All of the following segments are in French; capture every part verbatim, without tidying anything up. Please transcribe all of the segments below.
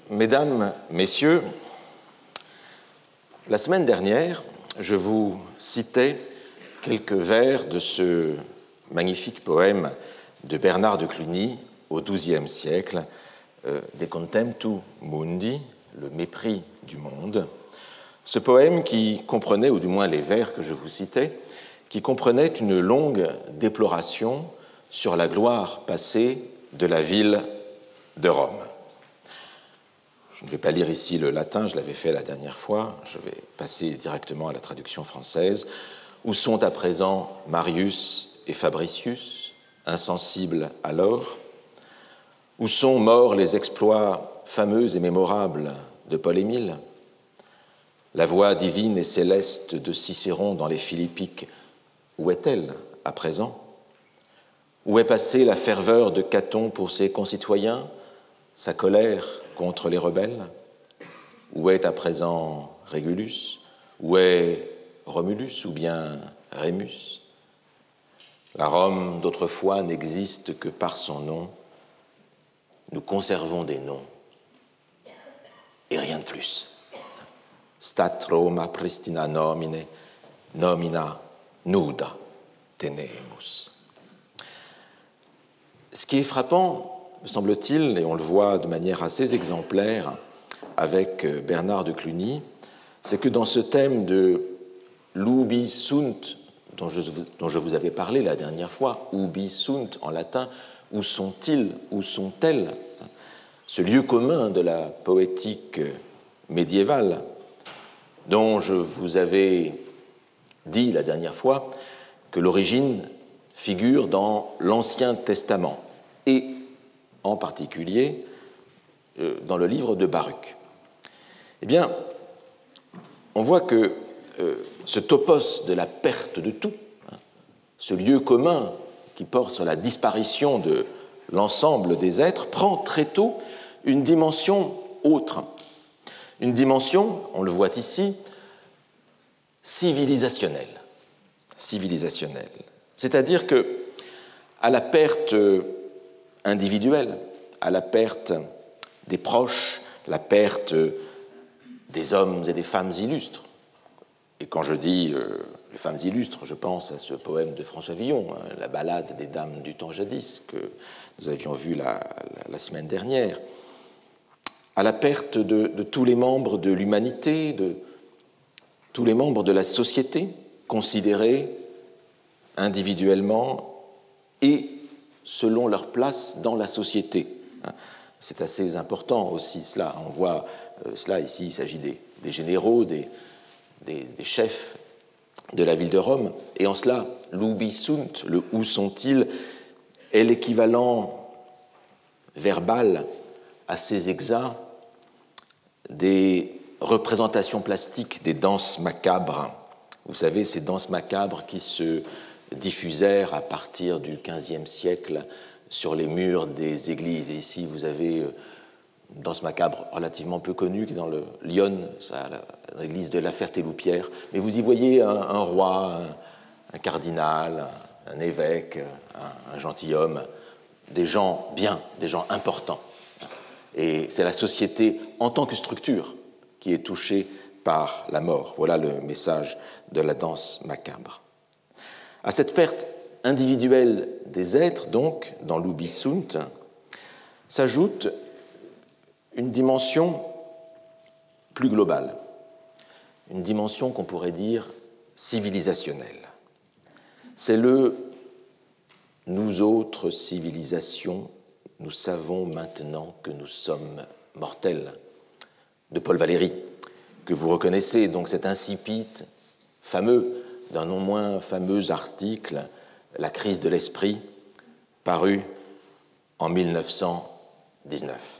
Mesdames, Messieurs, la semaine dernière, je vous citais quelques vers de ce magnifique poème de Bernard de Cluny au douzième siècle, euh, De Contemptu Mundi, le mépris du monde. Ce poème qui comprenait, ou du moins les vers que je vous citais, qui comprenait une longue déploration sur la gloire passée de la ville de Rome. Je ne vais pas lire ici le latin, je l'avais fait la dernière fois, je vais passer directement à la traduction française. Où sont à présent Marius et Fabricius, insensibles alors? Où sont morts les exploits fameux et mémorables de Paul-Émile? La voix divine et céleste de Cicéron dans les Philippiques, où est-elle à présent? Où est passée la ferveur de Caton pour ses concitoyens, sa colère contre les rebelles? Où est à présent Régulus? Où est Romulus ou bien Rémus? La Rome d'autrefois n'existe que par son nom. Nous conservons des noms et rien de plus. Stat Roma pristina nomine, nomina nuda tenemus. Ce qui est frappant, me semble-t-il, et on le voit de manière assez exemplaire avec Bernard de Cluny, c'est que dans ce thème de l'ubi sunt, dont je, dont je vous avais parlé la dernière fois, ubi sunt en latin, où sont-ils, où sont-elles, ce lieu commun de la poétique médiévale, dont je vous avais dit la dernière fois que l'origine figure dans l'Ancien Testament, et en particulier dans le livre de Baruch. Eh bien, on voit que euh, ce topos de la perte de tout, hein, ce lieu commun qui porte sur la disparition de l'ensemble des êtres, prend très tôt une dimension autre. Une dimension, on le voit ici, civilisationnelle. Civilisationnelle. C'est-à-dire que, à la perte individuelle, à la perte des proches, la perte des hommes et des femmes illustres. Et quand je dis euh, les femmes illustres, je pense à ce poème de François Villon, hein, La ballade des dames du temps jadis, que nous avions vu la, la, la semaine dernière, à la perte de, de tous les membres de l'humanité, de tous les membres de la société, considérés individuellement et selon leur place dans la société. C'est assez important aussi, cela. On voit euh, cela ici, il s'agit des, des généraux, des, des, des chefs de la ville de Rome. Et en cela, l'ubi sunt, le où sont-ils, est l'équivalent verbal assez exact des représentations plastiques des danses macabres. Vous savez, ces danses macabres qui se diffusèrent à partir du quinzième siècle sur les murs des églises. Et ici, vous avez une danse macabre relativement peu connue, qui est dans le Lyon, l'église de La Ferté-Loupière. Mais vous y voyez un, un roi, un, un cardinal, un, un évêque, un, un gentilhomme, des gens bien, des gens importants. Et c'est la société en tant que structure qui est touchée par la mort. Voilà le message de la danse macabre. À cette perte individuelle des êtres, donc, dans l'ubi sunt, s'ajoute une dimension plus globale, une dimension qu'on pourrait dire civilisationnelle. C'est le « nous autres civilisations, nous savons maintenant que nous sommes mortels » de Paul Valéry, que vous reconnaissez, donc cet incipit fameux, d'un non moins fameux article, La crise de l'esprit, paru en mille neuf cent dix-neuf.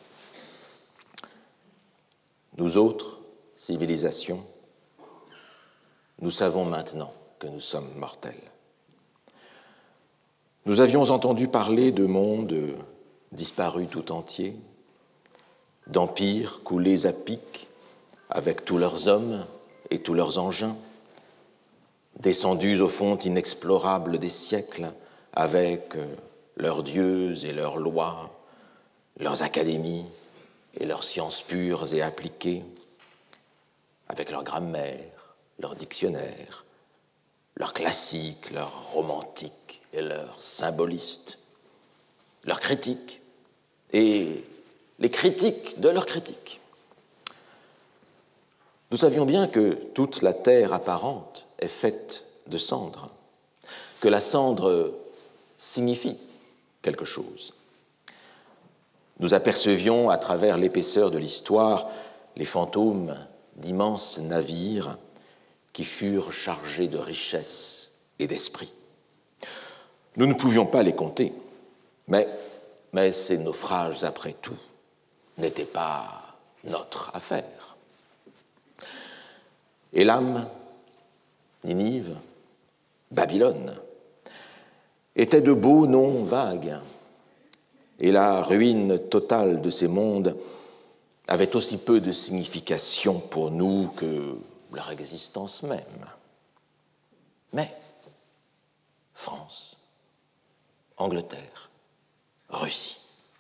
Nous autres, civilisations, nous savons maintenant que nous sommes mortels. Nous avions entendu parler de mondes disparus tout entiers, d'empires coulés à pic avec tous leurs hommes et tous leurs engins, descendus aux fonds inexplorables des siècles avec leurs dieux et leurs lois, leurs académies, et leurs sciences pures et appliquées, avec leur grammaire, leur dictionnaire, leurs classiques, leurs romantiques et leurs symbolistes, leurs critiques et les critiques de leurs critiques. Nous savions bien que toute la terre apparente est faite de cendres, que la cendre signifie quelque chose. Nous apercevions à travers l'épaisseur de l'histoire les fantômes d'immenses navires qui furent chargés de richesses et d'esprit. Nous ne pouvions pas les compter, mais, mais ces naufrages, après tout, n'étaient pas notre affaire. Élam, Ninive, Babylone étaient de beaux noms vagues, et la ruine totale de ces mondes avait aussi peu de signification pour nous que leur existence même. Mais France, Angleterre, Russie,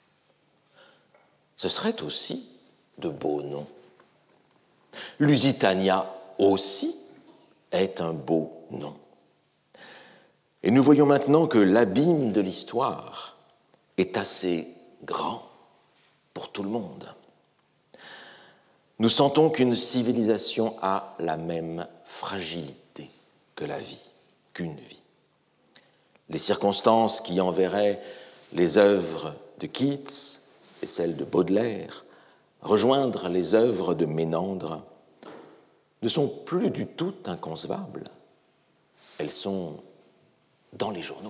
ce seraient aussi de beaux noms. Lusitania aussi est un beau nom. Et nous voyons maintenant que l'abîme de l'histoire est assez grand pour tout le monde. Nous sentons qu'une civilisation a la même fragilité que la vie, qu'une vie. Les circonstances qui enverraient les œuvres de Keats et celles de Baudelaire rejoindre les œuvres de Ménandre ne sont plus du tout inconcevables. Elles sont dans les journaux.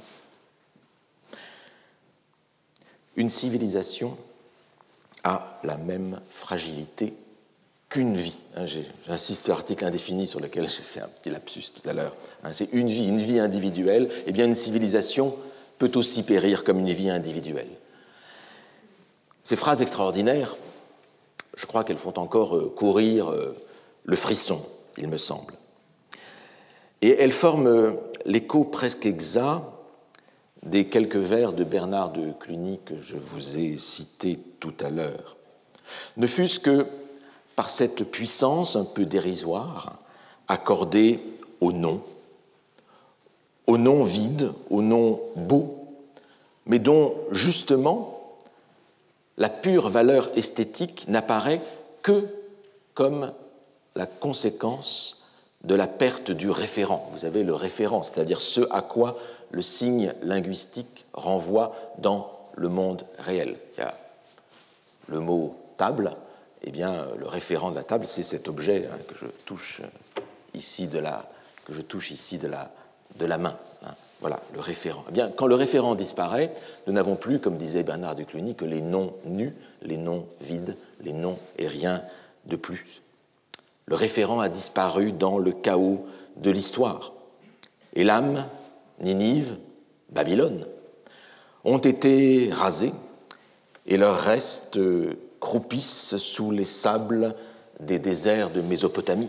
Une civilisation a la même fragilité qu'une vie. J'insiste sur l'article indéfini sur lequel j'ai fait un petit lapsus tout à l'heure. C'est une vie, une vie individuelle. Eh bien, une civilisation peut aussi périr comme une vie individuelle. Ces phrases extraordinaires, je crois qu'elles font encore courir le frisson, il me semble. Et elles forment l'écho presque exact des quelques vers de Bernard de Cluny que je vous ai cités tout à l'heure. Ne fût-ce que par cette puissance un peu dérisoire accordée au nom, au nom vide, au nom beau, mais dont justement la pure valeur esthétique n'apparaît que comme la conséquence de la perte du référent. Vous avez le référent, c'est-à-dire ce à quoi le signe linguistique renvoie dans le monde réel. Il y a le mot table, eh bien le référent de la table, c'est cet objet hein, que je touche ici de la, que je touche ici de la, de la main. Hein. Voilà, le référent. Eh bien, quand le référent disparaît, nous n'avons plus, comme disait Bernard de Cluny, que les noms nus, les noms vides, les noms et rien de plus. Le référent a disparu dans le chaos de l'histoire. Élam, Ninive, Babylone ont été rasés et leurs restes croupissent sous les sables des déserts de Mésopotamie.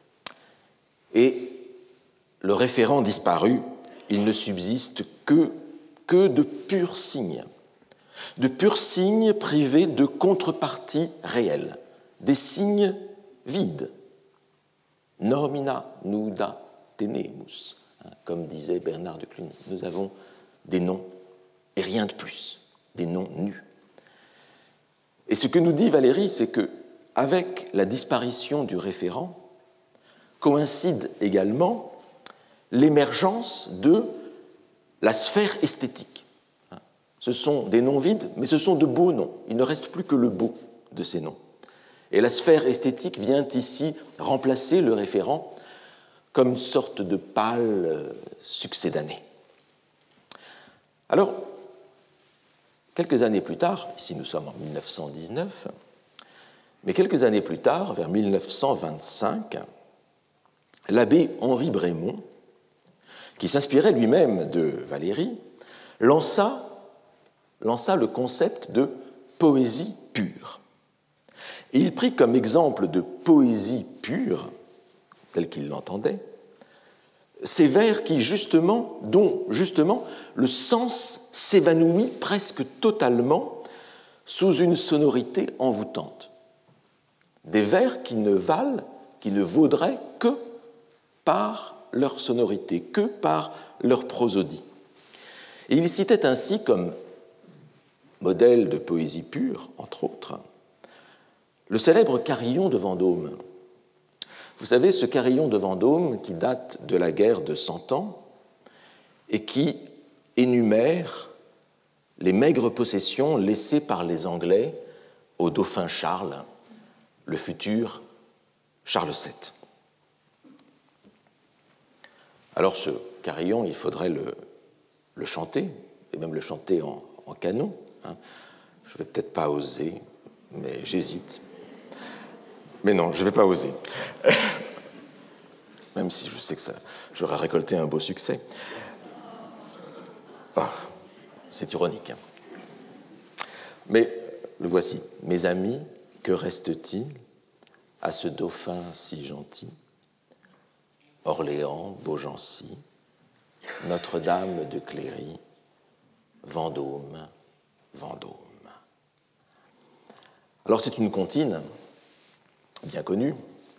Et le référent disparu, il ne subsiste que, que de purs signes, de purs signes privés de contrepartie réelle, des signes vides. Nomina nuda tenemus, comme disait Bernard de Cluny. Nous avons des noms et rien de plus, des noms nus. Et ce que nous dit Valéry, c'est que avec la disparition du référent coïncide également l'émergence de la sphère esthétique. Ce sont des noms vides, mais ce sont de beaux noms. Il ne reste plus que le beau de ces noms. Et la sphère esthétique vient ici remplacer le référent comme une sorte de pâle succédané. Alors, quelques années plus tard, ici nous sommes en mille neuf cent dix-neuf, mais quelques années plus tard, vers mille neuf cent vingt-cinq, l'abbé Henri Brémond, qui s'inspirait lui-même de Valéry, lança, lança le concept de poésie pure. Et il prit comme exemple de poésie pure, tel qu'il l'entendait, ces vers qui, justement, dont justement le sens s'évanouit presque totalement sous une sonorité envoûtante. Des vers qui ne valent, qui ne vaudraient que par leur sonorité, que par leur prosodie. Et il citait ainsi comme modèle de poésie pure, entre autres, le célèbre carillon de Vendôme. Vous savez, ce carillon de Vendôme qui date de la guerre de Cent Ans et qui énumère les maigres possessions laissées par les Anglais au dauphin Charles, le futur Charles sept. Alors ce carillon, il faudrait le, le chanter, et même le chanter en, en canon. Hein. Je ne vais peut-être pas oser, mais j'hésite. Mais non, je ne vais pas oser. Même si je sais que ça, j'aurais récolté un beau succès. Ah, c'est ironique. Hein. Mais le voici. Mes amis, que reste-t-il à ce dauphin si gentil? Orléans, Beaugency, Notre-Dame de Cléry, Vendôme, Vendôme. Alors c'est une comptine bien connue,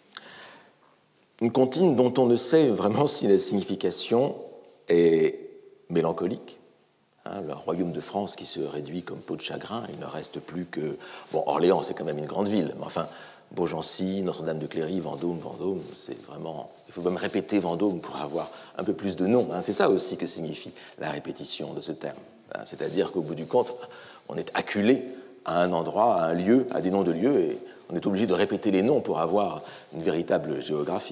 une comptine dont on ne sait vraiment si la signification est mélancolique. Hein, le royaume de France qui se réduit comme peau de chagrin, il ne reste plus que... Bon, Orléans, c'est quand même une grande ville, mais enfin, Beaugency, Notre-Dame de Cléry, Vendôme, Vendôme, c'est vraiment... Il faut même répéter Vendôme pour avoir un peu plus de noms. Hein, c'est ça aussi que signifie la répétition de ce terme. Hein, c'est-à-dire qu'au bout du compte, on est acculé à un endroit, à un lieu, à des noms de lieux, et on est obligé de répéter les noms pour avoir une véritable géographie.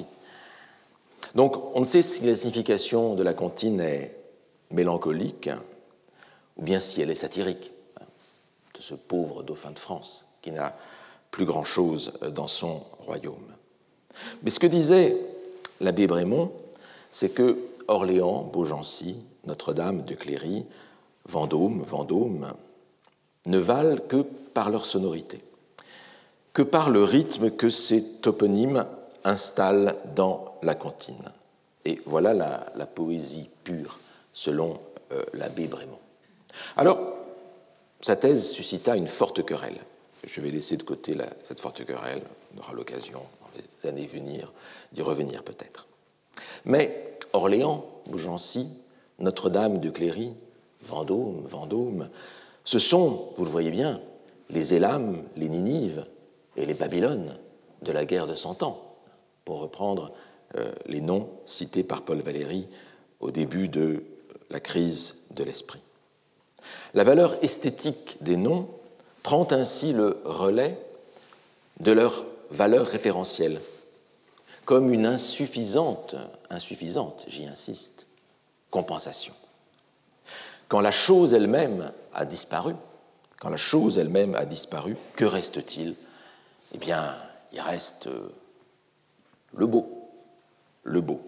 Donc, on ne sait si la signification de la comptine est mélancolique ou bien si elle est satirique, de ce pauvre dauphin de France qui n'a plus grand-chose dans son royaume. Mais ce que disait l'abbé Brémond, c'est que Orléans, Beaugency, Notre-Dame de Cléry, Vendôme, Vendôme, ne valent que par leur sonorité, que par le rythme que ces toponymes installent dans la comptine. Et voilà la, la poésie pure, selon euh, l'abbé Brémond. Alors, sa thèse suscita une forte querelle. Je vais laisser de côté la, cette forte querelle, on aura l'occasion dans les années à venir d'y revenir peut-être. Mais Orléans, Beaugency, Notre-Dame de Cléry, Vendôme, Vendôme, ce sont, vous le voyez bien, les Élames, les Ninives et les Babylones de la guerre de Cent Ans, pour reprendre euh, les noms cités par Paul Valéry au début de la crise de l'esprit. La valeur esthétique des noms prend ainsi le relais de leur valeur référentielle, comme une insuffisante, insuffisante, j'y insiste, compensation. Quand la chose elle-même a disparu, quand la chose elle-même a disparu, que reste-t-il? Eh bien, il reste le beau, le beau.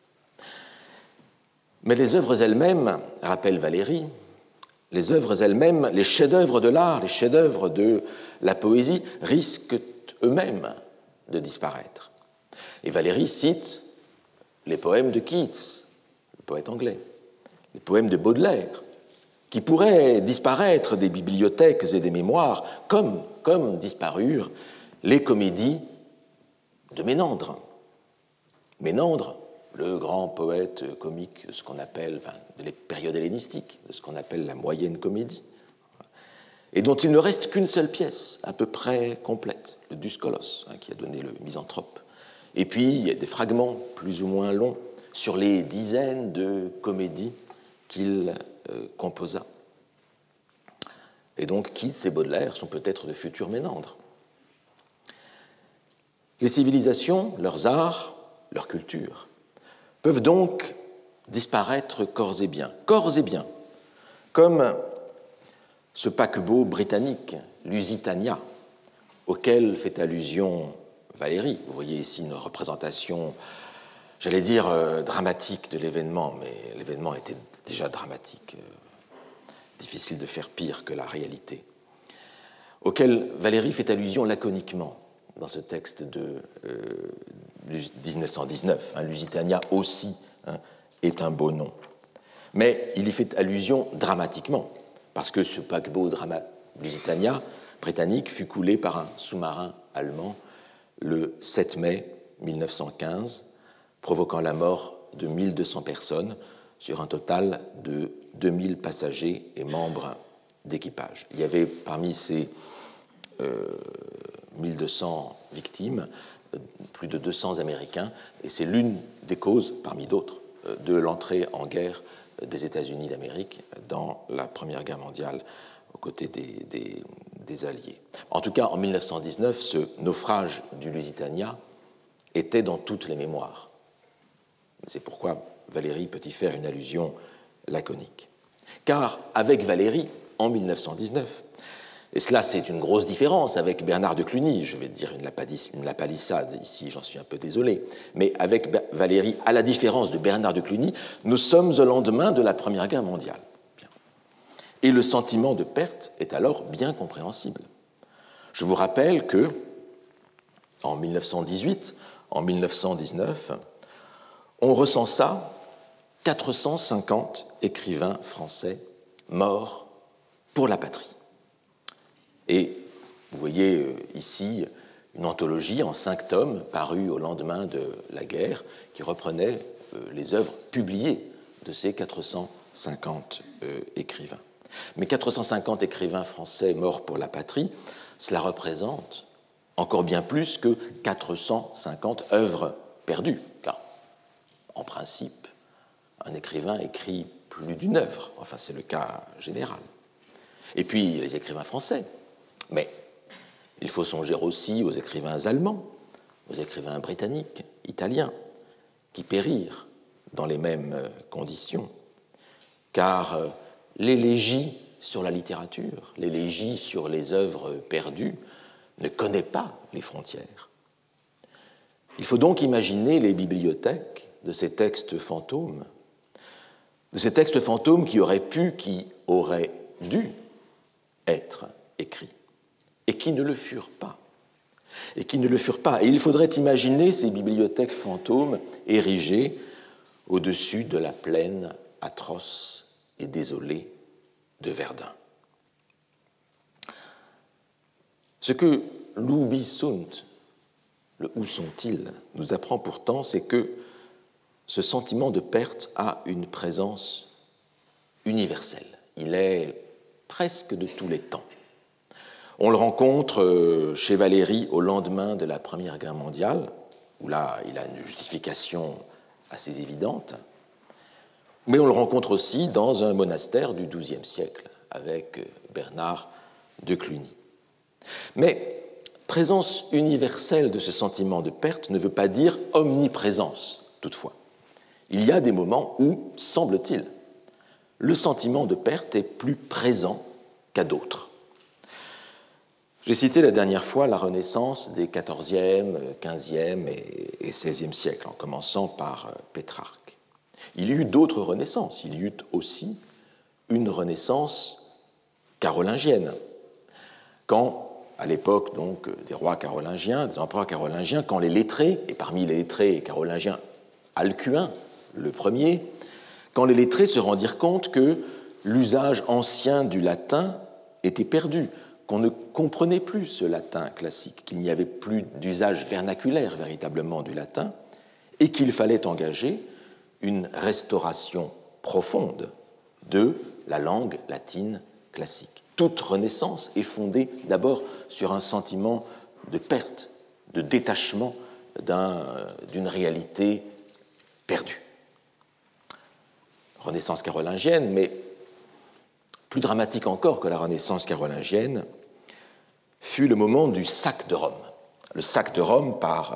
Mais les œuvres elles-mêmes, rappelle Valéry, les œuvres elles-mêmes, les chefs-d'œuvre de l'art, les chefs-d'œuvre de la poésie, risquent eux-mêmes de disparaître. Et Valéry cite les poèmes de Keats, le poète anglais, les poèmes de Baudelaire, qui pourraient disparaître des bibliothèques et des mémoires, comme, comme disparurent les comédies de Ménandre. Ménandre, le grand poète comique de ce qu'on appelle, enfin, de les périodes hellénistiques, de ce qu'on appelle la moyenne comédie, et dont il ne reste qu'une seule pièce, à peu près complète, le Duscolos, hein, qui a donné le Misanthrope. Et puis, il y a des fragments plus ou moins longs sur les dizaines de comédies qu'il euh, composa. Et donc, Keats et Baudelaire sont peut-être de futurs Ménandres. Les civilisations, leurs arts, leur culture, peuvent donc disparaître corps et biens, corps et biens, comme ce paquebot britannique, l'Usitania, auquel fait allusion Valéry. Vous voyez ici une représentation, j'allais dire, euh, dramatique de l'événement, mais l'événement était déjà dramatique, euh, difficile de faire pire que la réalité, auquel Valéry fait allusion laconiquement dans ce texte de euh, dix-neuf cent dix-neuf. Hein, Lusitania aussi hein, est un beau nom. Mais il y fait allusion dramatiquement, parce que ce paquebot drama- Lusitania britannique fut coulé par un sous-marin allemand le sept mai mille neuf cent quinze, provoquant la mort de mille deux cents personnes sur un total de deux mille passagers et membres d'équipage. Il y avait parmi ces euh, mille deux cents victimes plus de deux cents Américains, et c'est l'une des causes, parmi d'autres, de l'entrée en guerre des États-Unis d'Amérique dans la Première Guerre mondiale aux côtés des, des, des Alliés. En tout cas, en mille neuf cent dix-neuf, ce naufrage du Lusitania était dans toutes les mémoires. C'est pourquoi Valéry peut y faire une allusion laconique. Car avec Valéry, en mille neuf cent dix-neuf, et cela c'est une grosse différence avec Bernard de Cluny, je vais dire une lapalissade ici, j'en suis un peu désolé, mais avec Valéry, à la différence de Bernard de Cluny, nous sommes au lendemain de la Première Guerre mondiale. Bien. Et le sentiment de perte est alors bien compréhensible. Je vous rappelle que, en mille neuf cent dix-huit, en mille neuf cent dix-neuf, on recensa quatre cent cinquante écrivains français morts pour la patrie. Et vous voyez ici une anthologie en cinq tomes parue au lendemain de la guerre qui reprenait les œuvres publiées de ces quatre cent cinquante écrivains. Mais quatre cent cinquante écrivains français morts pour la patrie, cela représente encore bien plus que quatre cent cinquante œuvres perdues, car en principe, un écrivain écrit plus d'une œuvre, enfin c'est le cas général. Et puis les écrivains français. Mais il faut songer aussi aux écrivains allemands, aux écrivains britanniques, italiens, qui périrent dans les mêmes conditions. Car l'élégie sur la littérature, l'élégie sur les œuvres perdues, ne connaît pas les frontières. Il faut donc imaginer les bibliothèques de ces textes fantômes, de ces textes fantômes qui auraient pu, qui auraient dû être écrits, et qui ne le furent pas. Et qui ne le furent pas. Et il faudrait imaginer ces bibliothèques fantômes érigées au-dessus de la plaine atroce et désolée de Verdun. Ce que l'Ubi sunt, le où sont-ils, nous apprend pourtant, c'est que ce sentiment de perte a une présence universelle. Il est presque de tous les temps. On le rencontre chez Valéry au lendemain de la Première Guerre mondiale, où là, il a une justification assez évidente, mais on le rencontre aussi dans un monastère du douzième siècle, avec Bernard de Cluny. Mais présence universelle de ce sentiment de perte ne veut pas dire omniprésence, toutefois. Il y a des moments où, semble-t-il, le sentiment de perte est plus présent qu'à d'autres. J'ai cité la dernière fois la Renaissance des quatorzième, quinzième et seizième siècles, en commençant par Pétrarque. Il y eut d'autres renaissances. Il y eut aussi une renaissance carolingienne. Quand, à l'époque donc des rois carolingiens, des empereurs carolingiens, quand les lettrés, et parmi les lettrés carolingiens, Alcuin, le premier, quand les lettrés se rendirent compte que l'usage ancien du latin était perdu, qu'on ne comprenait plus ce latin classique, qu'il n'y avait plus d'usage vernaculaire véritablement du latin, et qu'il fallait engager une restauration profonde de la langue latine classique. Toute renaissance est fondée d'abord sur un sentiment de perte, de détachement d'un, d'une réalité perdue. Renaissance carolingienne, mais plus dramatique encore que la Renaissance carolingienne, fut le moment du sac de Rome. Le sac de Rome par euh,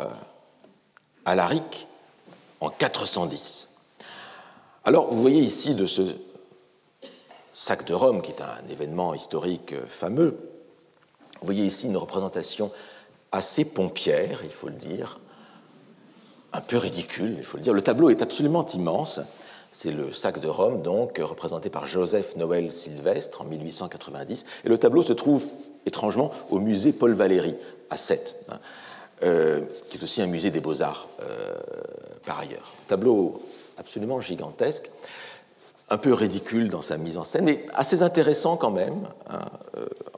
Alaric en quatre cent dix. Alors, vous voyez ici de ce sac de Rome, qui est un événement historique fameux, vous voyez ici une représentation assez pompière, il faut le dire, un peu ridicule, il faut le dire. Le tableau est absolument immense. C'est le sac de Rome, donc, représenté par Joseph Noël Sylvestre en mille huit cent quatre-vingt-dix. Et le tableau se trouve, étrangement, au musée Paul Valéry, à Sète, hein, euh, qui est aussi un musée des Beaux-Arts, euh, par ailleurs. Tableau absolument gigantesque, un peu ridicule dans sa mise en scène, mais assez intéressant quand même, hein, euh, en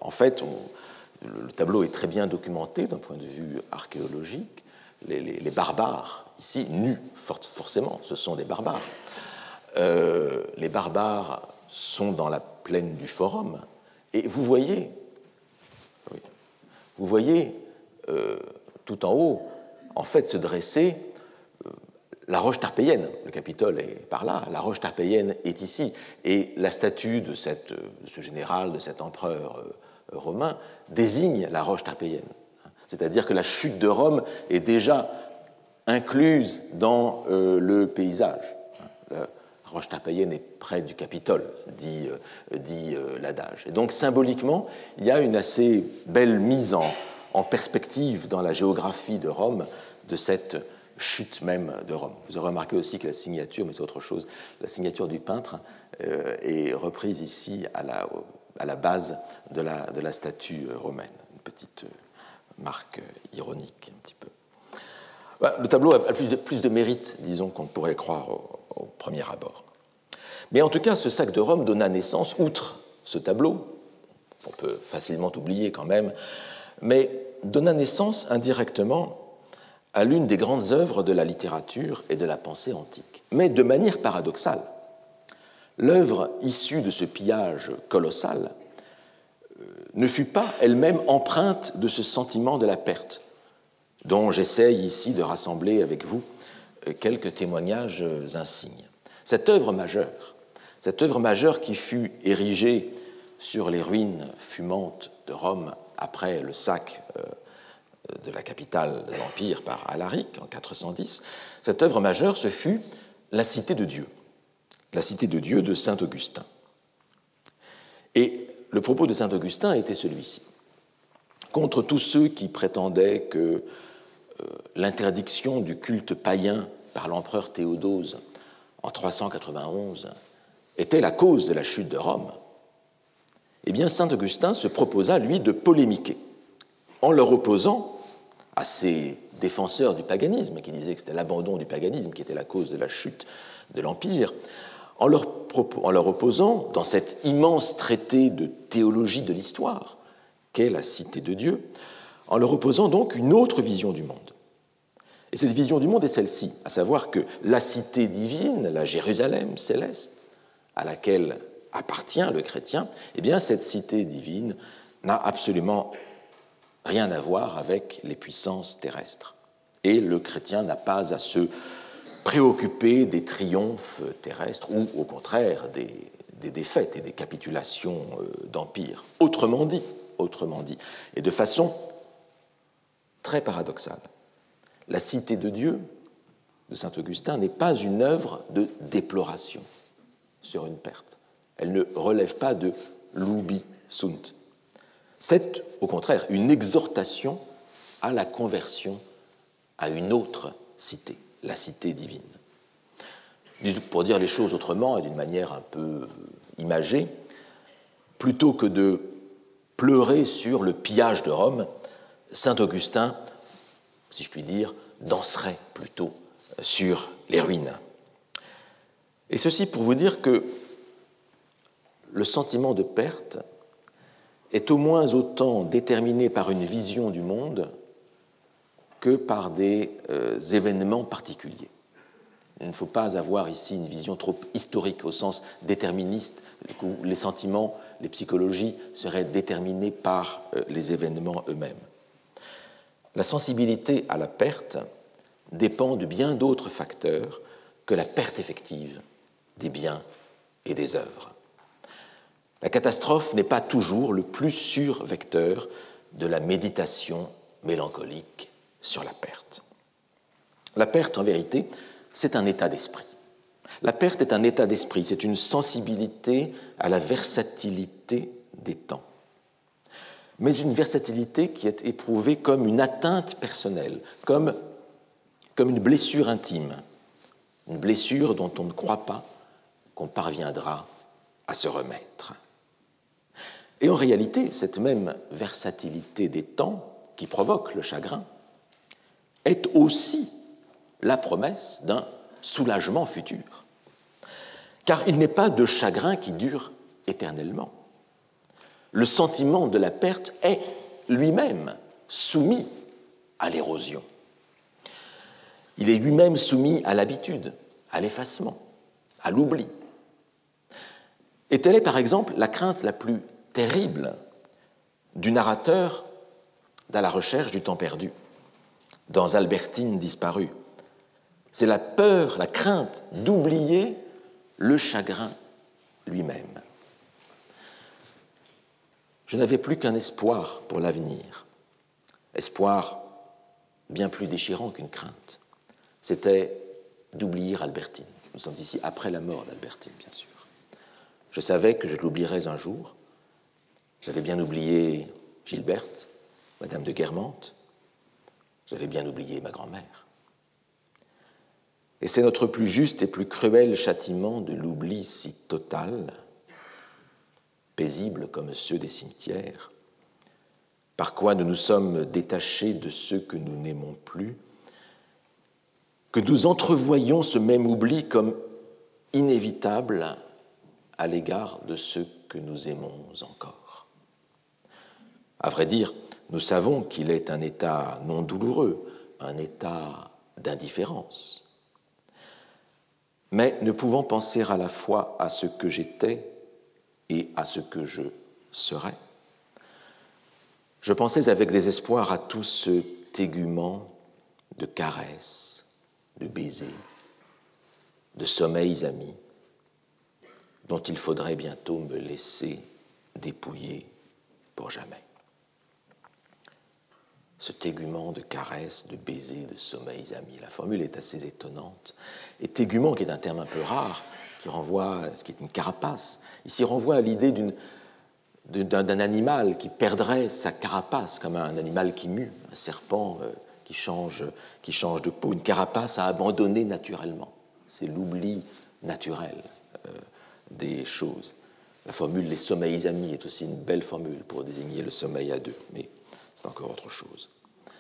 En fait, on, le tableau est très bien documenté d'un point de vue archéologique. Les, les, les barbares, ici, nus, for forcément, ce sont des barbares. Euh, les barbares sont dans la plaine du Forum, et vous voyez, oui, vous voyez euh, tout en haut, en fait, se dresser euh, la roche tarpéienne. Le Capitole est par là, la roche tarpéienne est ici, et la statue de, cette, de ce général, de cet empereur euh, romain, désigne la roche tarpéienne. C'est-à-dire que la chute de Rome est déjà incluse dans euh, le paysage. La roche tarpéienne est près du Capitole, dit, euh, dit euh, l'adage. Et donc, symboliquement, il y a une assez belle mise en, en perspective dans la géographie de Rome de cette chute même de Rome. Vous aurez remarqué aussi que la signature, mais c'est autre chose, la signature du peintre euh, est reprise ici à la, à la base de la, de la statue romaine. Une petite marque ironique, un petit peu. Le tableau a plus de, plus de mérite, disons, qu'on ne pourrait croire au, au premier abord. Mais en tout cas, ce sac de Rome donna naissance, outre ce tableau, on peut facilement oublier quand même, mais donna naissance indirectement à l'une des grandes œuvres de la littérature et de la pensée antique. Mais de manière paradoxale, l'œuvre issue de ce pillage colossal ne fut pas elle-même empreinte de ce sentiment de la perte, dont j'essaye ici de rassembler avec vous quelques témoignages insignes. Cette œuvre majeure, cette œuvre majeure qui fut érigée sur les ruines fumantes de Rome après le sac de la capitale de l'Empire par Alaric en quatre cent dix, cette œuvre majeure, ce fut la Cité de Dieu, la Cité de Dieu de saint Augustin. Et le propos de saint Augustin était celui-ci. Contre tous ceux qui prétendaient que euh, l'interdiction du culte païen par l'empereur Théodose en trois cent quatre-vingt-onze était la cause de la chute de Rome, eh bien saint Augustin se proposa, lui, de polémiquer en leur opposant à ces défenseurs du paganisme qui disaient que c'était l'abandon du paganisme qui était la cause de la chute de l'Empire, en leur, en leur opposant, dans cet immense traité de théologie de l'histoire qu'est la Cité de Dieu, en leur opposant donc une autre vision du monde. Et cette vision du monde est celle-ci, à savoir que la cité divine, la Jérusalem céleste, à laquelle appartient le chrétien, eh bien cette cité divine n'a absolument rien à voir avec les puissances terrestres. Et le chrétien n'a pas à se préoccuper des triomphes terrestres ou, au contraire, des, des défaites et des capitulations d'empire. Autrement dit, autrement dit, et de façon très paradoxale, la Cité de Dieu de saint Augustin n'est pas une œuvre de déploration sur une perte. Elle ne relève pas de l'ubi sunt. C'est, au contraire, une exhortation à la conversion à une autre cité, la cité divine. Pour dire les choses autrement et d'une manière un peu imagée, plutôt que de pleurer sur le pillage de Rome, saint Augustin, si je puis dire, danserait plutôt sur les ruines. Et ceci pour vous dire que le sentiment de perte est au moins autant déterminé par une vision du monde que par des euh, événements particuliers. Il ne faut pas avoir ici une vision trop historique au sens déterministe, où les sentiments, les psychologies seraient déterminés par euh, les événements eux-mêmes. La sensibilité à la perte dépend de bien d'autres facteurs que la perte effective des biens et des œuvres. La catastrophe n'est pas toujours le plus sûr vecteur de la méditation mélancolique sur la perte. La perte, en vérité, c'est un état d'esprit. La perte est un état d'esprit, c'est une sensibilité à la versatilité des temps. Mais une versatilité qui est éprouvée comme une atteinte personnelle, comme, comme une blessure intime, une blessure dont on ne croit pas qu'on parviendra à se remettre. Et en réalité, cette même versatilité des temps qui provoque le chagrin est aussi la promesse d'un soulagement futur. Car il n'est pas de chagrin qui dure éternellement. le sentiment de la perte est lui-même soumis à l'érosion. Il est lui-même soumis à l'habitude, à l'effacement, à l'oubli. Et telle est par exemple la crainte la plus terrible du narrateur dans la recherche du temps perdu, dans Albertine disparue. C'est la peur, la crainte d'oublier le chagrin lui-même. Je n'avais plus qu'un espoir pour l'avenir, espoir bien plus déchirant qu'une crainte. C'était d'oublier Albertine. Nous sommes ici après la mort d'Albertine, bien sûr. Je savais que je l'oublierais un jour. J'avais bien oublié Gilberte, Madame de Guermantes. J'avais bien oublié ma grand-mère. Et c'est notre plus juste et plus cruel châtiment de l'oubli si total, paisible comme ceux des cimetières, par quoi nous nous sommes détachés de ceux que nous n'aimons plus, que nous entrevoyons ce même oubli comme inévitable à l'égard de ceux que nous aimons encore. À vrai dire, nous savons qu'il est un état non douloureux, un état d'indifférence. Mais ne pouvant penser à la fois à ce que j'étais et à ce que je serais, je pensais avec désespoir à tout ce tégument de caresses, de baisers, de sommeils amis, dont il faudrait bientôt me laisser dépouiller pour jamais. Ce tégument de caresses, de baisers, de sommeils amis. La formule est assez étonnante. Et tégument, qui est un terme un peu rare, qui renvoie à ce qui est une carapace, ici renvoie à l'idée d'une, d'un, d'un animal qui perdrait sa carapace, comme un animal qui mue, un serpent euh, qui, change, qui change de peau, une carapace à abandonner naturellement. C'est l'oubli naturel euh, des choses. La formule « les sommeils amis » est aussi une belle formule pour désigner le sommeil à deux, mais c'est encore autre chose.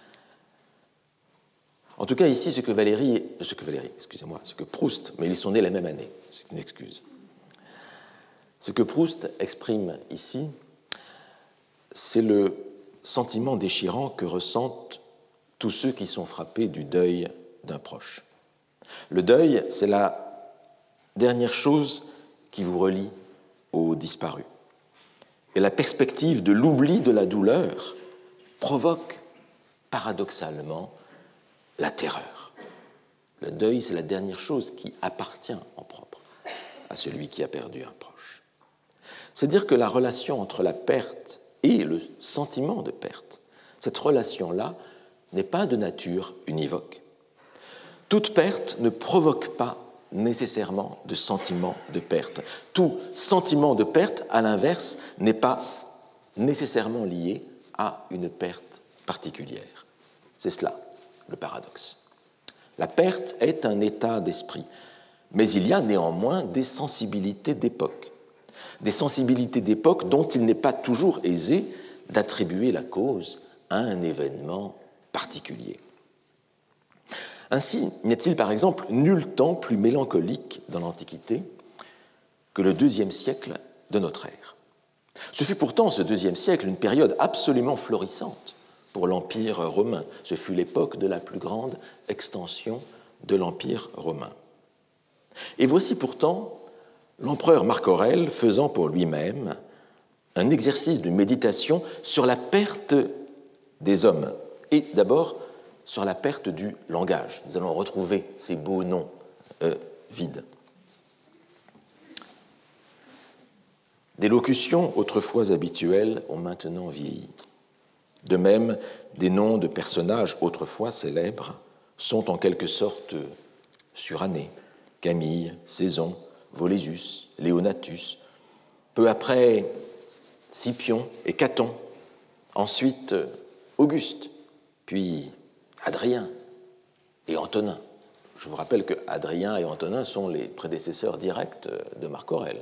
En tout cas, ici, ce que Valéry, ce que Valéry, excusez-moi, ce que Proust, mais ils sont nés la même année, c'est une excuse. Ce que Proust exprime ici, c'est le sentiment déchirant que ressentent tous ceux qui sont frappés du deuil d'un proche. Le deuil, c'est la dernière chose qui vous relie aux disparus. Et la perspective de l'oubli de la douleur provoque paradoxalement la terreur. Le deuil, c'est la dernière chose qui appartient en propre à celui qui a perdu un proche. C'est-à-dire que la relation entre la perte et le sentiment de perte, cette relation-là n'est pas de nature univoque. Toute perte ne provoque pas nécessairement de sentiment de perte. Tout sentiment de perte, à l'inverse, n'est pas nécessairement lié à une perte particulière. C'est cela, le paradoxe. La perte est un état d'esprit, mais il y a néanmoins des sensibilités d'époque. Des sensibilités d'époque dont il n'est pas toujours aisé d'attribuer la cause à un événement particulier. Ainsi, n'y a-t-il par exemple nul temps plus mélancolique dans l'Antiquité que le deuxième siècle de notre ère. Ce fut pourtant, ce deuxième siècle, une période absolument florissante pour l'Empire romain. Ce fut l'époque de la plus grande extension de l'Empire romain. Et voici pourtant l'empereur Marc Aurèle faisant pour lui-même un exercice de méditation sur la perte des hommes, et d'abord sur la perte du langage. Nous allons retrouver ces beaux noms euh, vides. Des locutions autrefois habituelles ont maintenant vieilli. De même, des noms de personnages autrefois célèbres sont en quelque sorte surannés. Camille, Saison, Volésus, Léonatus, peu après Scipion et Caton, ensuite Auguste, puis Adrien et Antonin. Je vous rappelle que Adrien et Antonin sont les prédécesseurs directs de Marc Aurèle.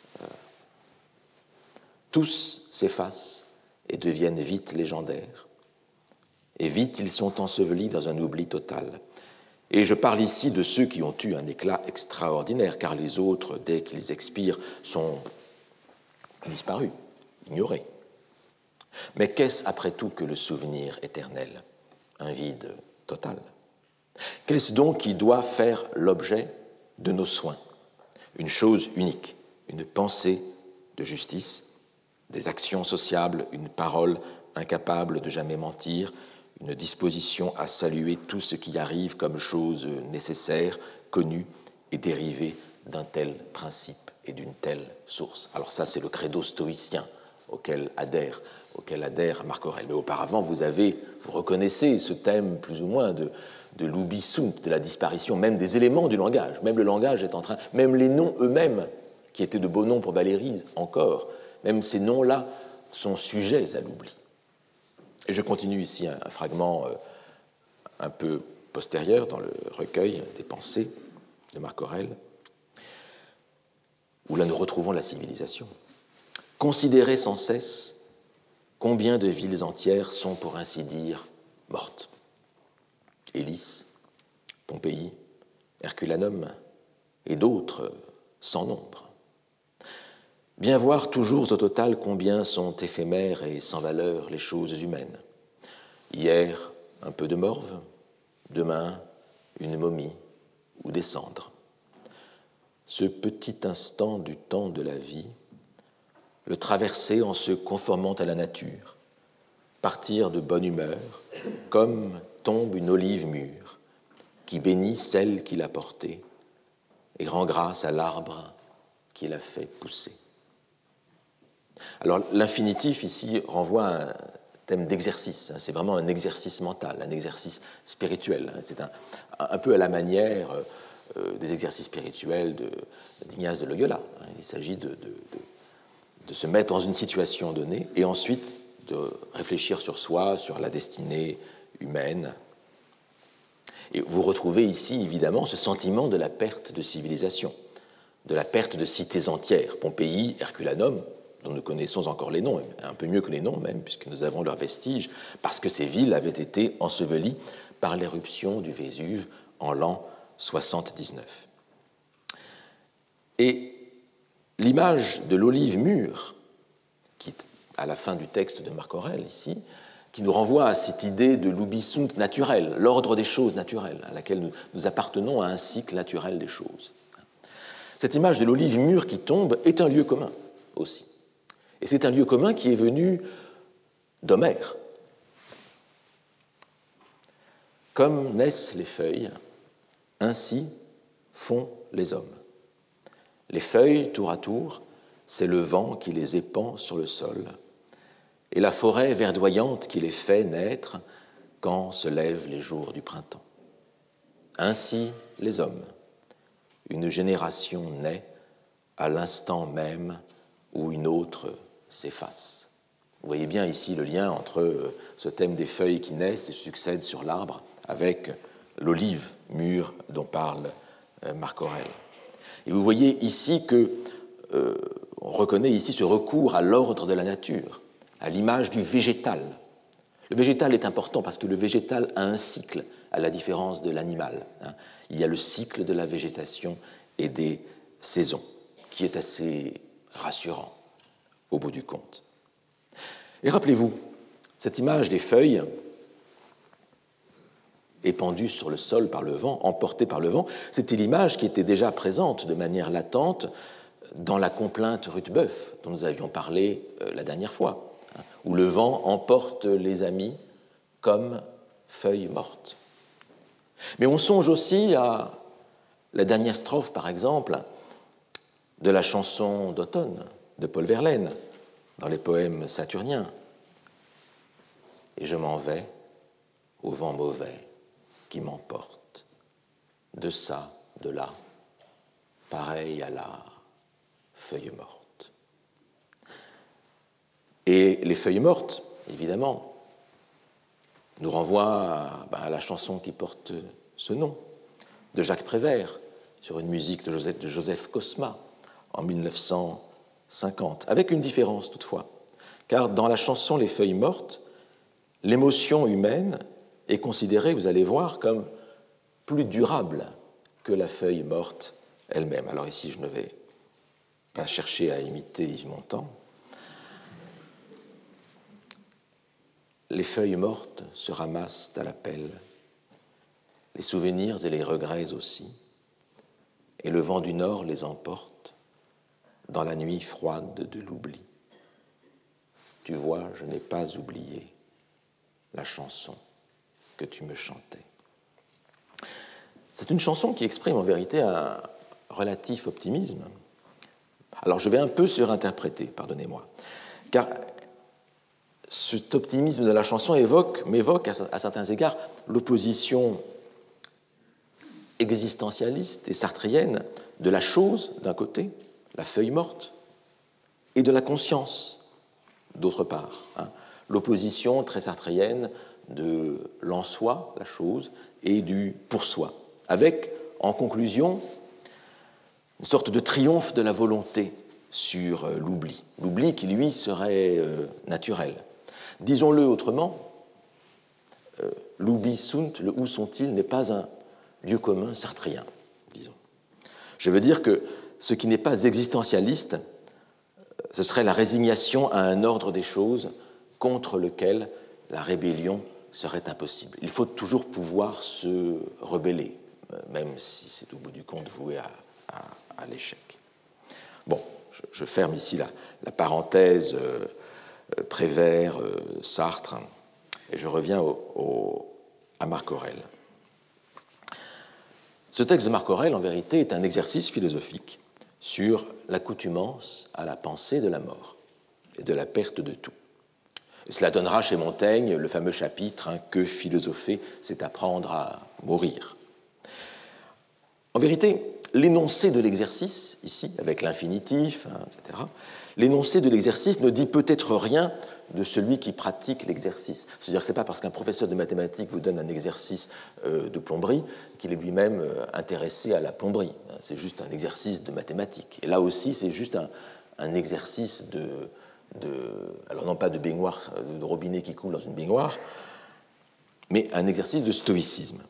Tous s'effacent et deviennent vite légendaires. Et vite, ils sont ensevelis dans un oubli total. Et je parle ici de ceux qui ont eu un éclat extraordinaire, car les autres, dès qu'ils expirent, sont disparus. ignoré. Mais qu'est-ce après tout que le souvenir éternel? Un vide total. Qu'est-ce donc qui doit faire l'objet de nos soins? Une chose unique, une pensée de justice, des actions sociables, une parole incapable de jamais mentir, une disposition à saluer tout ce qui arrive comme chose nécessaire, connue et dérivée d'un tel principe et d'une telle source. Alors ça, c'est le credo stoïcien auquel adhère, auquel adhère Marc Aurèle. Mais auparavant, vous avez, vous reconnaissez ce thème plus ou moins de, de l'ubi sunt, de la disparition même des éléments du langage. Même le langage est en train, même les noms eux-mêmes, qui étaient de beaux noms pour Valérie encore, même ces noms-là sont sujets à l'oubli. Et je continue ici un, un fragment euh, un peu postérieur dans le recueil des pensées de Marc Aurèle, où là nous retrouvons la civilisation. Considérez sans cesse combien de villes entières sont, pour ainsi dire, mortes. Élis, Pompéi, Herculanum et d'autres sans nombre. Bien voir toujours au total combien sont éphémères et sans valeur les choses humaines. Hier, un peu de morve, demain, une momie ou des cendres. Ce petit instant du temps de la vie, le traverser en se conformant à la nature, partir de bonne humeur, comme tombe une olive mûre, qui bénit celle qui l'a portée et rend grâce à l'arbre qui l'a fait pousser. Alors l'infinitif ici renvoie à un thème d'exercice, c'est vraiment un exercice mental, un exercice spirituel, c'est un, un peu à la manière des exercices spirituels d'Ignace de Loyola. Il s'agit de, de, de, de se mettre dans une situation donnée et ensuite de réfléchir sur soi, sur la destinée humaine. Et vous retrouvez ici, évidemment, ce sentiment de la perte de civilisation, de la perte de cités entières. Pompéi, Herculanum, dont nous connaissons encore les noms, un peu mieux que les noms même, puisque nous avons leurs vestiges, parce que ces villes avaient été ensevelies par l'éruption du Vésuve en l'an soixante-dix-neuf. Et l'image de l'olive mûre, qui est à la fin du texte de Marc Aurèle ici, qui nous renvoie à cette idée de l'ubi sunt naturel, l'ordre des choses naturelles, à laquelle nous, nous appartenons à un cycle naturel des choses. Cette image de l'olive mûre qui tombe est un lieu commun aussi. Et c'est un lieu commun qui est venu d'Homère. Comme naissent les feuilles, ainsi font les hommes. Les feuilles, tour à tour, c'est le vent qui les épand sur le sol, et la forêt verdoyante qui les fait naître quand se lèvent les jours du printemps. Ainsi les hommes. Une génération naît à l'instant même où une autre s'efface. Vous voyez bien ici le lien entre ce thème des feuilles qui naissent et succèdent sur l'arbre avec l'olive mûre dont parle Marc Aurèle. Et vous voyez ici que euh, on reconnaît ici ce recours à l'ordre de la nature, à l'image du végétal. Le végétal est important parce que le végétal a un cycle, à la différence de l'animal. Il y a le cycle de la végétation et des saisons, qui est assez rassurant au bout du compte. Et rappelez-vous, cette image des feuilles épandue sur le sol par le vent, emportée par le vent, c'était l'image qui était déjà présente de manière latente dans la complainte Rudebeuf, dont nous avions parlé la dernière fois, où le vent emporte les amis comme feuilles mortes. Mais on songe aussi à la dernière strophe, par exemple, de la chanson d'automne de Paul Verlaine, dans les poèmes saturniens. Et je m'en vais au vent mauvais qui m'emporte, de ça, de là, pareil à la feuille morte. Et les feuilles mortes, évidemment, nous renvoient à, ben, à la chanson qui porte ce nom, de Jacques Prévert, sur une musique de Joseph, de Joseph Cosma, en mille neuf cent cinquante, avec une différence toutefois, car dans la chanson Les feuilles mortes, l'émotion humaine est considérée, vous allez voir, comme plus durable que la feuille morte elle-même. Alors ici, je ne vais pas chercher à imiter Yves Montand, les feuilles mortes se ramassent à la pelle, les souvenirs et les regrets aussi, et le vent du nord les emporte dans la nuit froide de l'oubli. Tu vois, je n'ai pas oublié la chanson que tu me chantais. C'est une chanson qui exprime en vérité un relatif optimisme. Alors je vais un peu surinterpréter, pardonnez-moi, car cet optimisme de la chanson évoque, m'évoque à, à certains égards l'opposition existentialiste et sartréenne de la chose d'un côté, la feuille morte, et de la conscience d'autre part. Hein. L'opposition très sartréenne de l'en-soi, la chose, et du pour-soi, avec, en conclusion, une sorte de triomphe de la volonté sur l'oubli. L'oubli qui, lui, serait euh, naturel. Disons-le autrement, euh, l'oubli sunt, le où sont-ils, n'est pas un lieu commun sartrien, disons. Je veux dire que ce qui n'est pas existentialiste, ce serait la résignation à un ordre des choses contre lequel la rébellion serait impossible. Il faut toujours pouvoir se rebeller, même si c'est au bout du compte voué à, à, à l'échec. Bon, je, je ferme ici la, la parenthèse euh, Prévert, euh, Sartre, et je reviens au, au, à Marc Aurèle. Ce texte de Marc Aurèle, en vérité, est un exercice philosophique sur l'accoutumance à la pensée de la mort et de la perte de tout. Et cela donnera chez Montaigne le fameux chapitre hein, « Que philosopher, c'est apprendre à mourir ». En vérité, l'énoncé de l'exercice, ici, avec l'infinitif, hein, et cetera, l'énoncé de l'exercice ne dit peut-être rien de celui qui pratique l'exercice. C'est-à-dire que ce n'est pas parce qu'un professeur de mathématiques vous donne un exercice euh, de plomberie qu'il est lui-même euh, intéressé à la plomberie. C'est juste un exercice de mathématiques. Et là aussi, c'est juste un, un exercice de, de... Alors non pas de baignoire, de robinet qui coule dans une baignoire, mais un exercice de stoïcisme.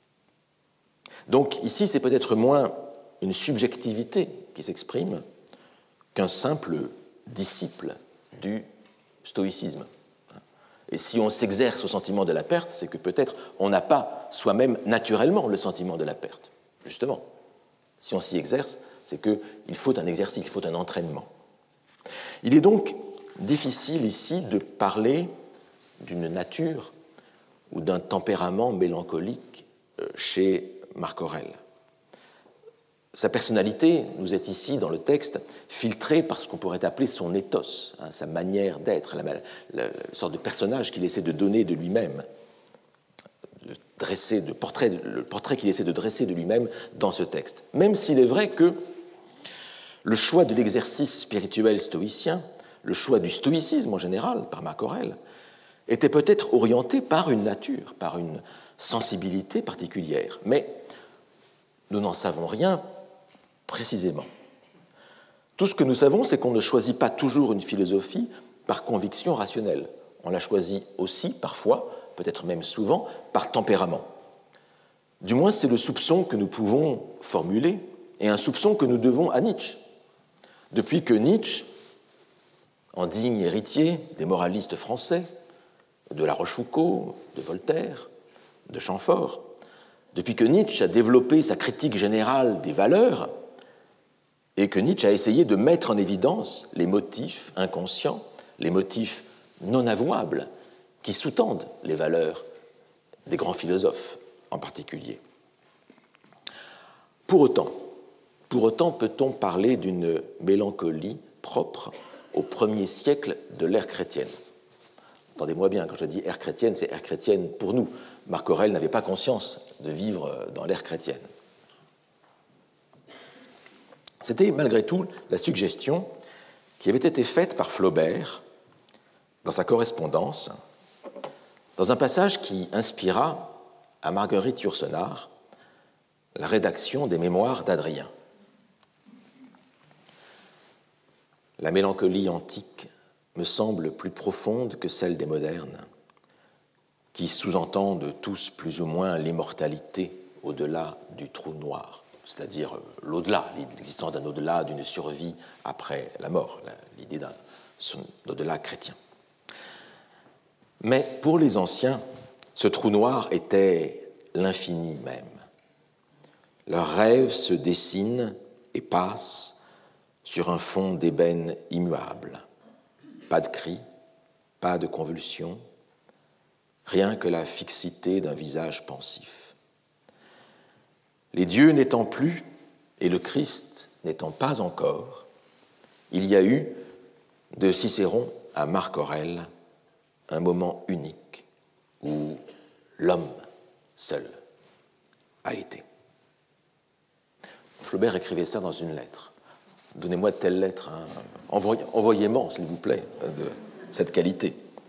Donc ici, c'est peut-être moins une subjectivité qui s'exprime qu'un simple disciple du stoïcisme. Et si on s'exerce au sentiment de la perte, c'est que peut-être on n'a pas soi-même naturellement le sentiment de la perte. Justement, si on s'y exerce, c'est qu'il faut un exercice, il faut un entraînement. Il est donc difficile ici de parler d'une nature ou d'un tempérament mélancolique chez Marc Aurèle. Sa personnalité nous est ici, dans le texte, filtrée par ce qu'on pourrait appeler son ethos, hein, sa manière d'être, la, la, la sorte de personnage qu'il essaie de donner de lui-même, de dresser, de portrait, le portrait qu'il essaie de dresser de lui-même dans ce texte. Même s'il est vrai que le choix de l'exercice spirituel stoïcien, le choix du stoïcisme en général, par Marc Aurèle, était peut-être orienté par une nature, par une sensibilité particulière. Mais nous n'en savons rien précisément. Tout ce que nous savons, c'est qu'on ne choisit pas toujours une philosophie par conviction rationnelle. On la choisit aussi, parfois, peut-être même souvent, par tempérament. Du moins, c'est le soupçon que nous pouvons formuler, et un soupçon que nous devons à Nietzsche. Depuis que Nietzsche, en digne héritier des moralistes français, de La Rochefoucauld, de Voltaire, de Chamfort, depuis que Nietzsche a développé sa critique générale des valeurs, et que Nietzsche a essayé de mettre en évidence les motifs inconscients, les motifs non avouables qui sous-tendent les valeurs des grands philosophes en particulier. Pour autant, pour autant peut-on parler d'une mélancolie propre au premier siècle de l'ère chrétienne. Entendez-moi bien, quand je dis ère chrétienne, c'est ère chrétienne pour nous. Marc Aurèle n'avait pas conscience de vivre dans l'ère chrétienne. C'était malgré tout la suggestion qui avait été faite par Flaubert dans sa correspondance, dans un passage qui inspira à Marguerite Yourcenar la rédaction des Mémoires d'Adrien. La mélancolie antique me semble plus profonde que celle des modernes, qui sous-entendent tous plus ou moins l'immortalité au-delà du trou noir, c'est-à-dire l'au-delà, l'existence d'un au-delà, d'une survie après la mort, l'idée d'un au-delà chrétien. Mais pour les anciens, ce trou noir était l'infini même. Leurs rêves se dessinent et passent sur un fond d'ébène immuable. Pas de cris, pas de convulsions, rien que la fixité d'un visage pensif. Les dieux n'étant plus et le Christ n'étant pas encore, il y a eu, de Cicéron à Marc Aurèle, un moment unique où l'homme seul a été. Flaubert écrivait ça dans une lettre. Donnez-moi de telle lettre, hein. Envoyez-moi, s'il vous plaît, de cette qualité.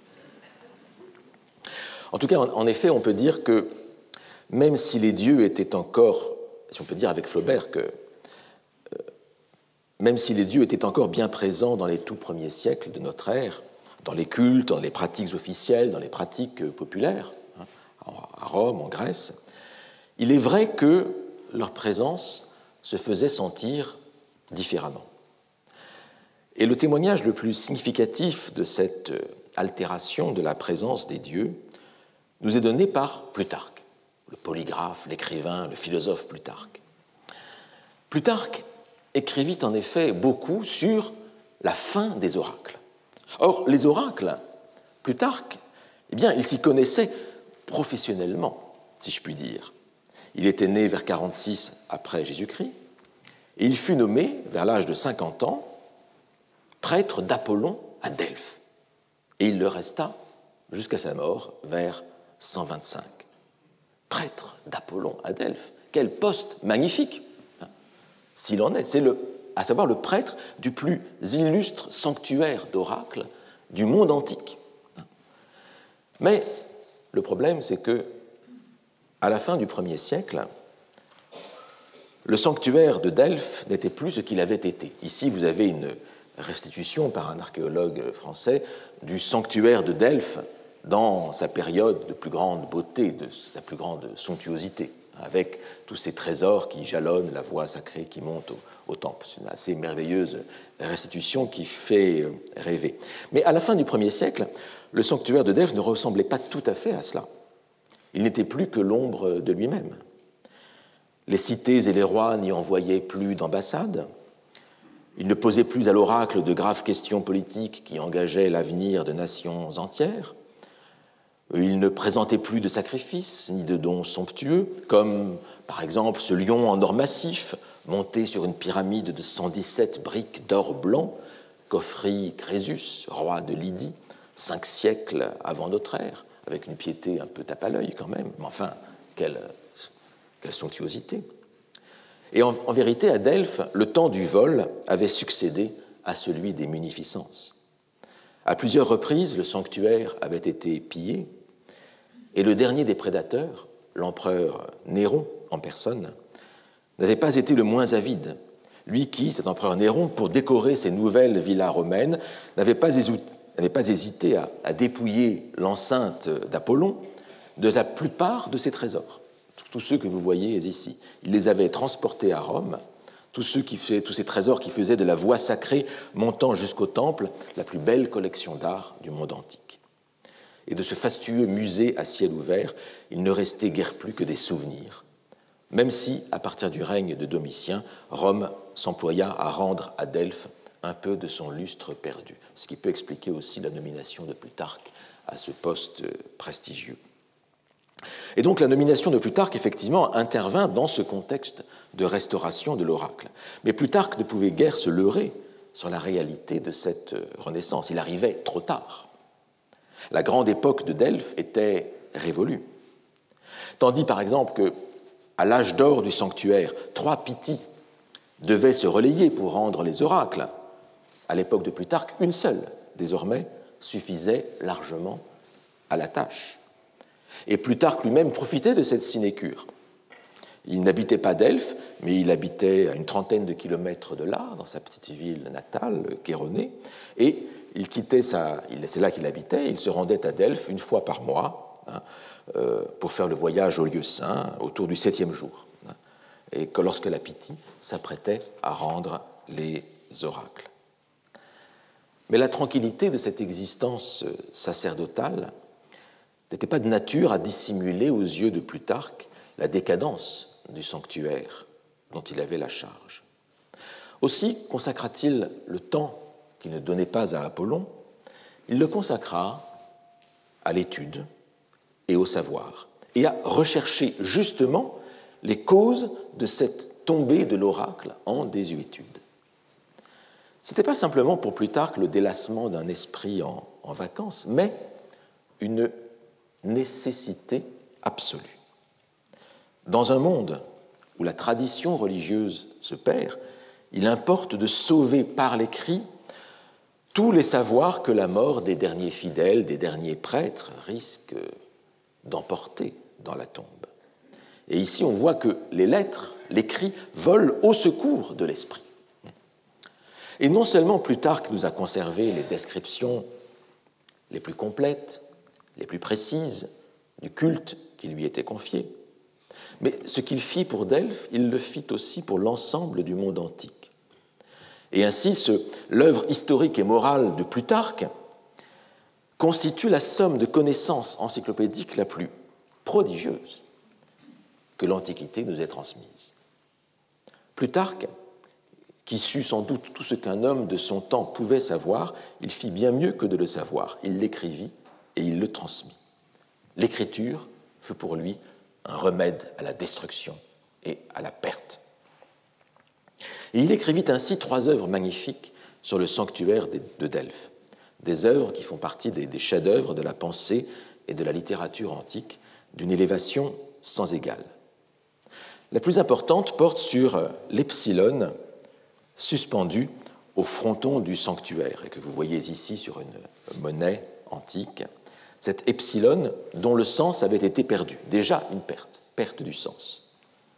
En tout cas, en effet, on peut dire que même si les dieux étaient encore, si on peut dire avec Flaubert que euh, même si les dieux étaient encore bien présents dans les tout premiers siècles de notre ère, dans les cultes, dans les pratiques officielles, dans les pratiques populaires, hein, à Rome, en Grèce, il est vrai que leur présence se faisait sentir différemment. Et le témoignage le plus significatif de cette altération de la présence des dieux nous est donné par Plutarque, le polygraphe, l'écrivain, le philosophe Plutarque. Plutarque écrivit en effet beaucoup sur la fin des oracles. Or, les oracles, Plutarque, eh bien, il s'y connaissait professionnellement, si je puis dire. Il était né vers quarante-six après Jésus-Christ, et il fut nommé, vers l'âge de cinquante ans, prêtre d'Apollon à Delphes. Et il le resta jusqu'à sa mort, vers cent vingt-cinq. Prêtre d'Apollon à Delphes, quel poste magnifique, hein, s'il en est. C'est le, à savoir le prêtre du plus illustre sanctuaire d'oracles du monde antique. Mais le problème, c'est que, à la fin du premier siècle, le sanctuaire de Delphes n'était plus ce qu'il avait été. Ici, vous avez une restitution par un archéologue français du sanctuaire de Delphes dans sa période de plus grande beauté, de sa plus grande somptuosité, avec tous ces trésors qui jalonnent la voie sacrée qui monte au, au temple. C'est une assez merveilleuse restitution qui fait rêver. Mais à la fin du premier siècle, le sanctuaire de Delphes ne ressemblait pas tout à fait à cela. Il n'était plus que l'ombre de lui-même. Les cités et les rois n'y envoyaient plus d'ambassades. Il ne posait plus à l'oracle de graves questions politiques qui engageaient l'avenir de nations entières. Il ne présentait plus de sacrifices ni de dons somptueux, comme par exemple ce lion en or massif monté sur une pyramide de cent dix-sept briques d'or blanc qu'offrit Crésus, roi de Lydie, cinq siècles avant notre ère, avec une piété un peu tape à l'œil quand même, mais enfin, quelle, quelle somptuosité. Et en, en vérité, à Delphes, le temps du vol avait succédé à celui des munificences. À plusieurs reprises, le sanctuaire avait été pillé, et le dernier des prédateurs, l'empereur Néron en personne, n'avait pas été le moins avide. Lui qui, cet empereur Néron, pour décorer ses nouvelles villas romaines, n'avait pas, n'avait pas hésité à, à dépouiller l'enceinte d'Apollon de la plupart de ses trésors. Tous ceux que vous voyez ici. Il les avait transportés à Rome, tous, ceux qui faisaient, tous ces trésors qui faisaient de la voie sacrée montant jusqu'au temple la plus belle collection d'art du monde antique. Et de ce fastueux musée à ciel ouvert, il ne restait guère plus que des souvenirs, même si, à partir du règne de Domitien, Rome s'employa à rendre à Delphes un peu de son lustre perdu, ce qui peut expliquer aussi la nomination de Plutarque à ce poste prestigieux. Et donc la nomination de Plutarque, effectivement, intervint dans ce contexte de restauration de l'oracle. Mais Plutarque ne pouvait guère se leurrer sur la réalité de cette renaissance. Il arrivait trop tard. La grande époque de Delphes était révolue. Tandis, par exemple, que, à l'âge d'or du sanctuaire, trois Pythies devaient se relayer pour rendre les oracles. À l'époque de Plutarque, une seule, désormais, suffisait largement à la tâche. Et Plutarque lui-même profitait de cette sinécure. Il n'habitait pas Delphes, mais il habitait à une trentaine de kilomètres de là, dans sa petite ville natale, Chéronée, et il quittait sa, c'est là qu'il habitait, il se rendait à Delphes une fois par mois, hein, euh, pour faire le voyage au lieu saint autour du septième jour, hein, et que lorsque la Pythie s'apprêtait à rendre les oracles. Mais la tranquillité de cette existence sacerdotale n'était pas de nature à dissimuler aux yeux de Plutarque la décadence du sanctuaire dont il avait la charge. Aussi consacra-t-il le temps qu'il ne donnait pas à Apollon, il le consacra à l'étude et au savoir, et à rechercher justement les causes de cette tombée de l'oracle en désuétude. Ce n'était pas simplement pour Plutarque le délassement d'un esprit en, en vacances, mais une nécessité absolue. Dans un monde où la tradition religieuse se perd, il importe de sauver par l'écrit tous les savoirs que la mort des derniers fidèles, des derniers prêtres risque d'emporter dans la tombe. Et ici, on voit que les lettres, l'écrit, volent au secours de l'esprit. Et non seulement Plutarque nous a conservé les descriptions les plus complètes, les plus précises du culte qui lui était confié, mais ce qu'il fit pour Delphes, il le fit aussi pour l'ensemble du monde antique. Et ainsi, ce, l'œuvre historique et morale de Plutarque constitue la somme de connaissances encyclopédiques la plus prodigieuse que l'Antiquité nous ait transmise. Plutarque, qui sut sans doute tout ce qu'un homme de son temps pouvait savoir, il fit bien mieux que de le savoir. Il l'écrivit et il le transmit. L'écriture fut pour lui un remède à la destruction et à la perte. Et il écrivit ainsi trois œuvres magnifiques sur le sanctuaire de Delphes, des œuvres qui font partie des, des chefs-d'œuvre de la pensée et de la littérature antique, d'une élévation sans égale. La plus importante porte sur l'epsilon suspendu au fronton du sanctuaire, et que vous voyez ici sur une monnaie antique, cet epsilon dont le sens avait été perdu, déjà une perte, perte du sens.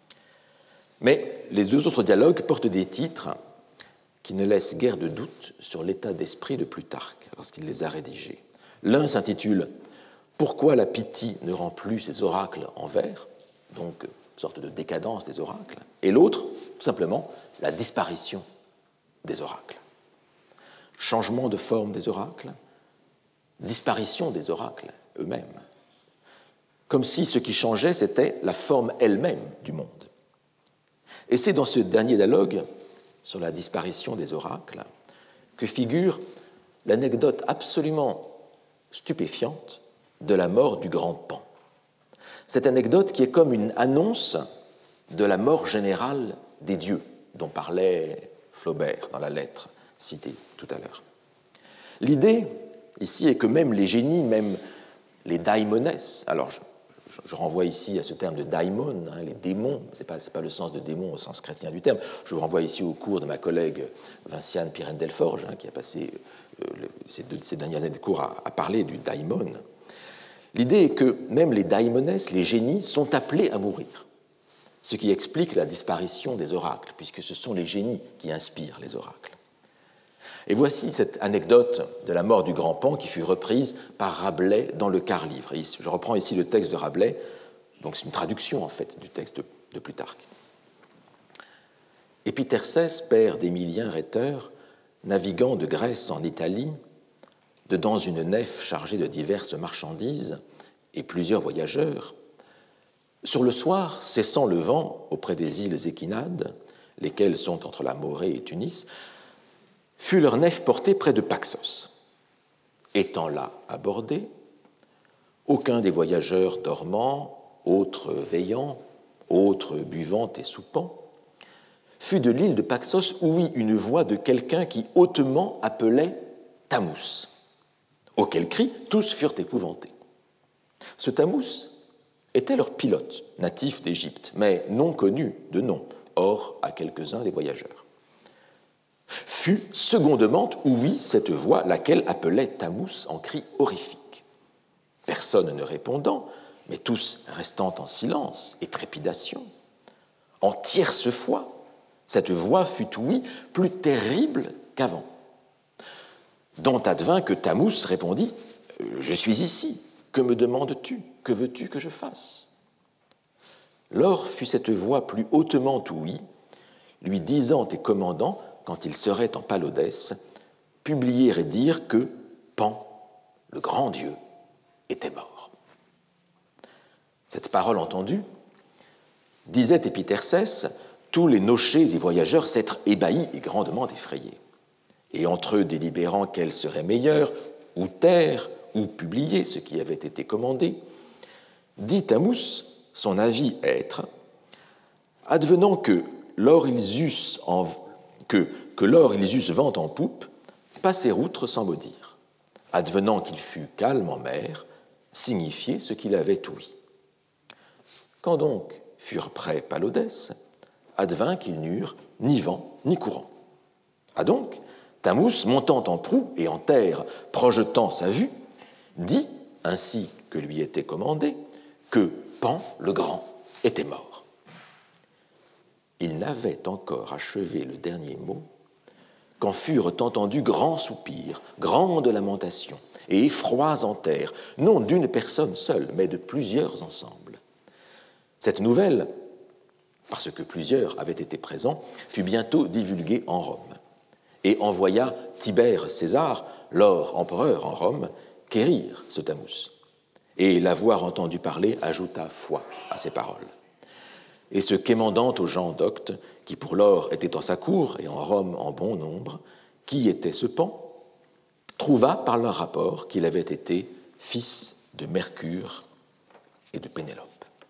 Mais les deux autres dialogues portent des titres qui ne laissent guère de doute sur l'état d'esprit de Plutarque lorsqu'il les a rédigés. L'un s'intitule « Pourquoi la Pythie ne rend plus ses oracles en vers ?» donc une sorte de décadence des oracles, et l'autre, tout simplement, la disparition des oracles. Changement de forme des oracles, disparition des oracles eux-mêmes, comme si ce qui changeait, c'était la forme elle-même du monde. Et c'est dans ce dernier dialogue, sur la disparition des oracles, que figure l'anecdote absolument stupéfiante de la mort du grand Pan. Cette anecdote qui est comme une annonce de la mort générale des dieux, dont parlait Flaubert dans la lettre citée tout à l'heure. L'idée, ici, est que même les génies, même les daimones, alors je, je renvoie ici à ce terme de daimon, hein, les démons, ce n'est pas, c'est pas le sens de démon au sens chrétien du terme, je vous renvoie ici au cours de ma collègue Vinciane Pirène-Delforge, hein, qui a passé euh, le, ces, deux, ces dernières années de cours à, à parler du daimon. L'idée est que même les daimones, les génies, sont appelés à mourir, ce qui explique la disparition des oracles, puisque ce sont les génies qui inspirent les oracles. Et voici cette anecdote de la mort du grand Pan qui fut reprise par Rabelais dans le quart-livre. Je reprends ici le texte de Rabelais, donc c'est une traduction en fait du texte de, de Plutarque. Épitercès, père d'Émilien rhéteur, naviguant de Grèce en Italie, dedans une nef chargée de diverses marchandises et plusieurs voyageurs, sur le soir, cessant le vent auprès des îles Équinades, lesquelles sont entre la Morée et Tunis, fut leur nef portée près de Paxos. Étant là abordée, aucun des voyageurs dormant, autres veillant, autres buvant et soupant, fut de l'île de Paxos ouïe une voix de quelqu'un qui hautement appelait Thamous, auquel cri tous furent épouvantés. Ce Thamous était leur pilote, natif d'Égypte, mais non connu de nom, or à quelques-uns des voyageurs. Fut secondement ouïe cette voix, laquelle appelait Thamous en cri horrifique. Personne ne répondant, mais tous restant en silence et trépidation. En tierce fois, cette voix fut ouïe plus terrible qu'avant, dont advint que Thamous répondit « Je suis ici, que me demandes-tu? Que veux-tu que je fasse ?» Lors fut cette voix plus hautement ouïe, lui disant et commandant, quand il serait en Palodès, publier et dire que Pan, le grand dieu, était mort. Cette parole entendue, disait Épitercès, tous les nochers et voyageurs s'être ébahis et grandement effrayés. Et entre eux délibérant quel serait meilleur, ou taire, ou publier ce qui avait été commandé, dit Thammus son avis être, advenant que lors ils eussent, en, que, que lors ils eussent vent en poupe, passer outre sans mot dire, advenant qu'il fût calme en mer, signifier ce qu'il avait ouï. Quand donc furent prêts Palodès, advint qu'ils n'eurent ni vent ni courant. Ah donc, Thammus, montant en proue et en terre, projetant sa vue, dit, ainsi que lui était commandé, que Pan le Grand était mort. Il n'avait encore achevé le dernier mot quand furent entendus grands soupirs, grandes lamentations et effrois en terre, non d'une personne seule, mais de plusieurs ensemble. Cette nouvelle, parce que plusieurs avaient été présents, fut bientôt divulguée en Rome et envoya Tibère César, lors empereur en Rome, quérir ce Thammus. Et l'avoir entendu parler ajouta foi à ses paroles. Et se quémandant aux gens doctes, qui pour lors étaient en sa cour et en Rome en bon nombre, qui était ce Pan, trouva par leur rapport qu'il avait été fils de Mercure et de Pénélope.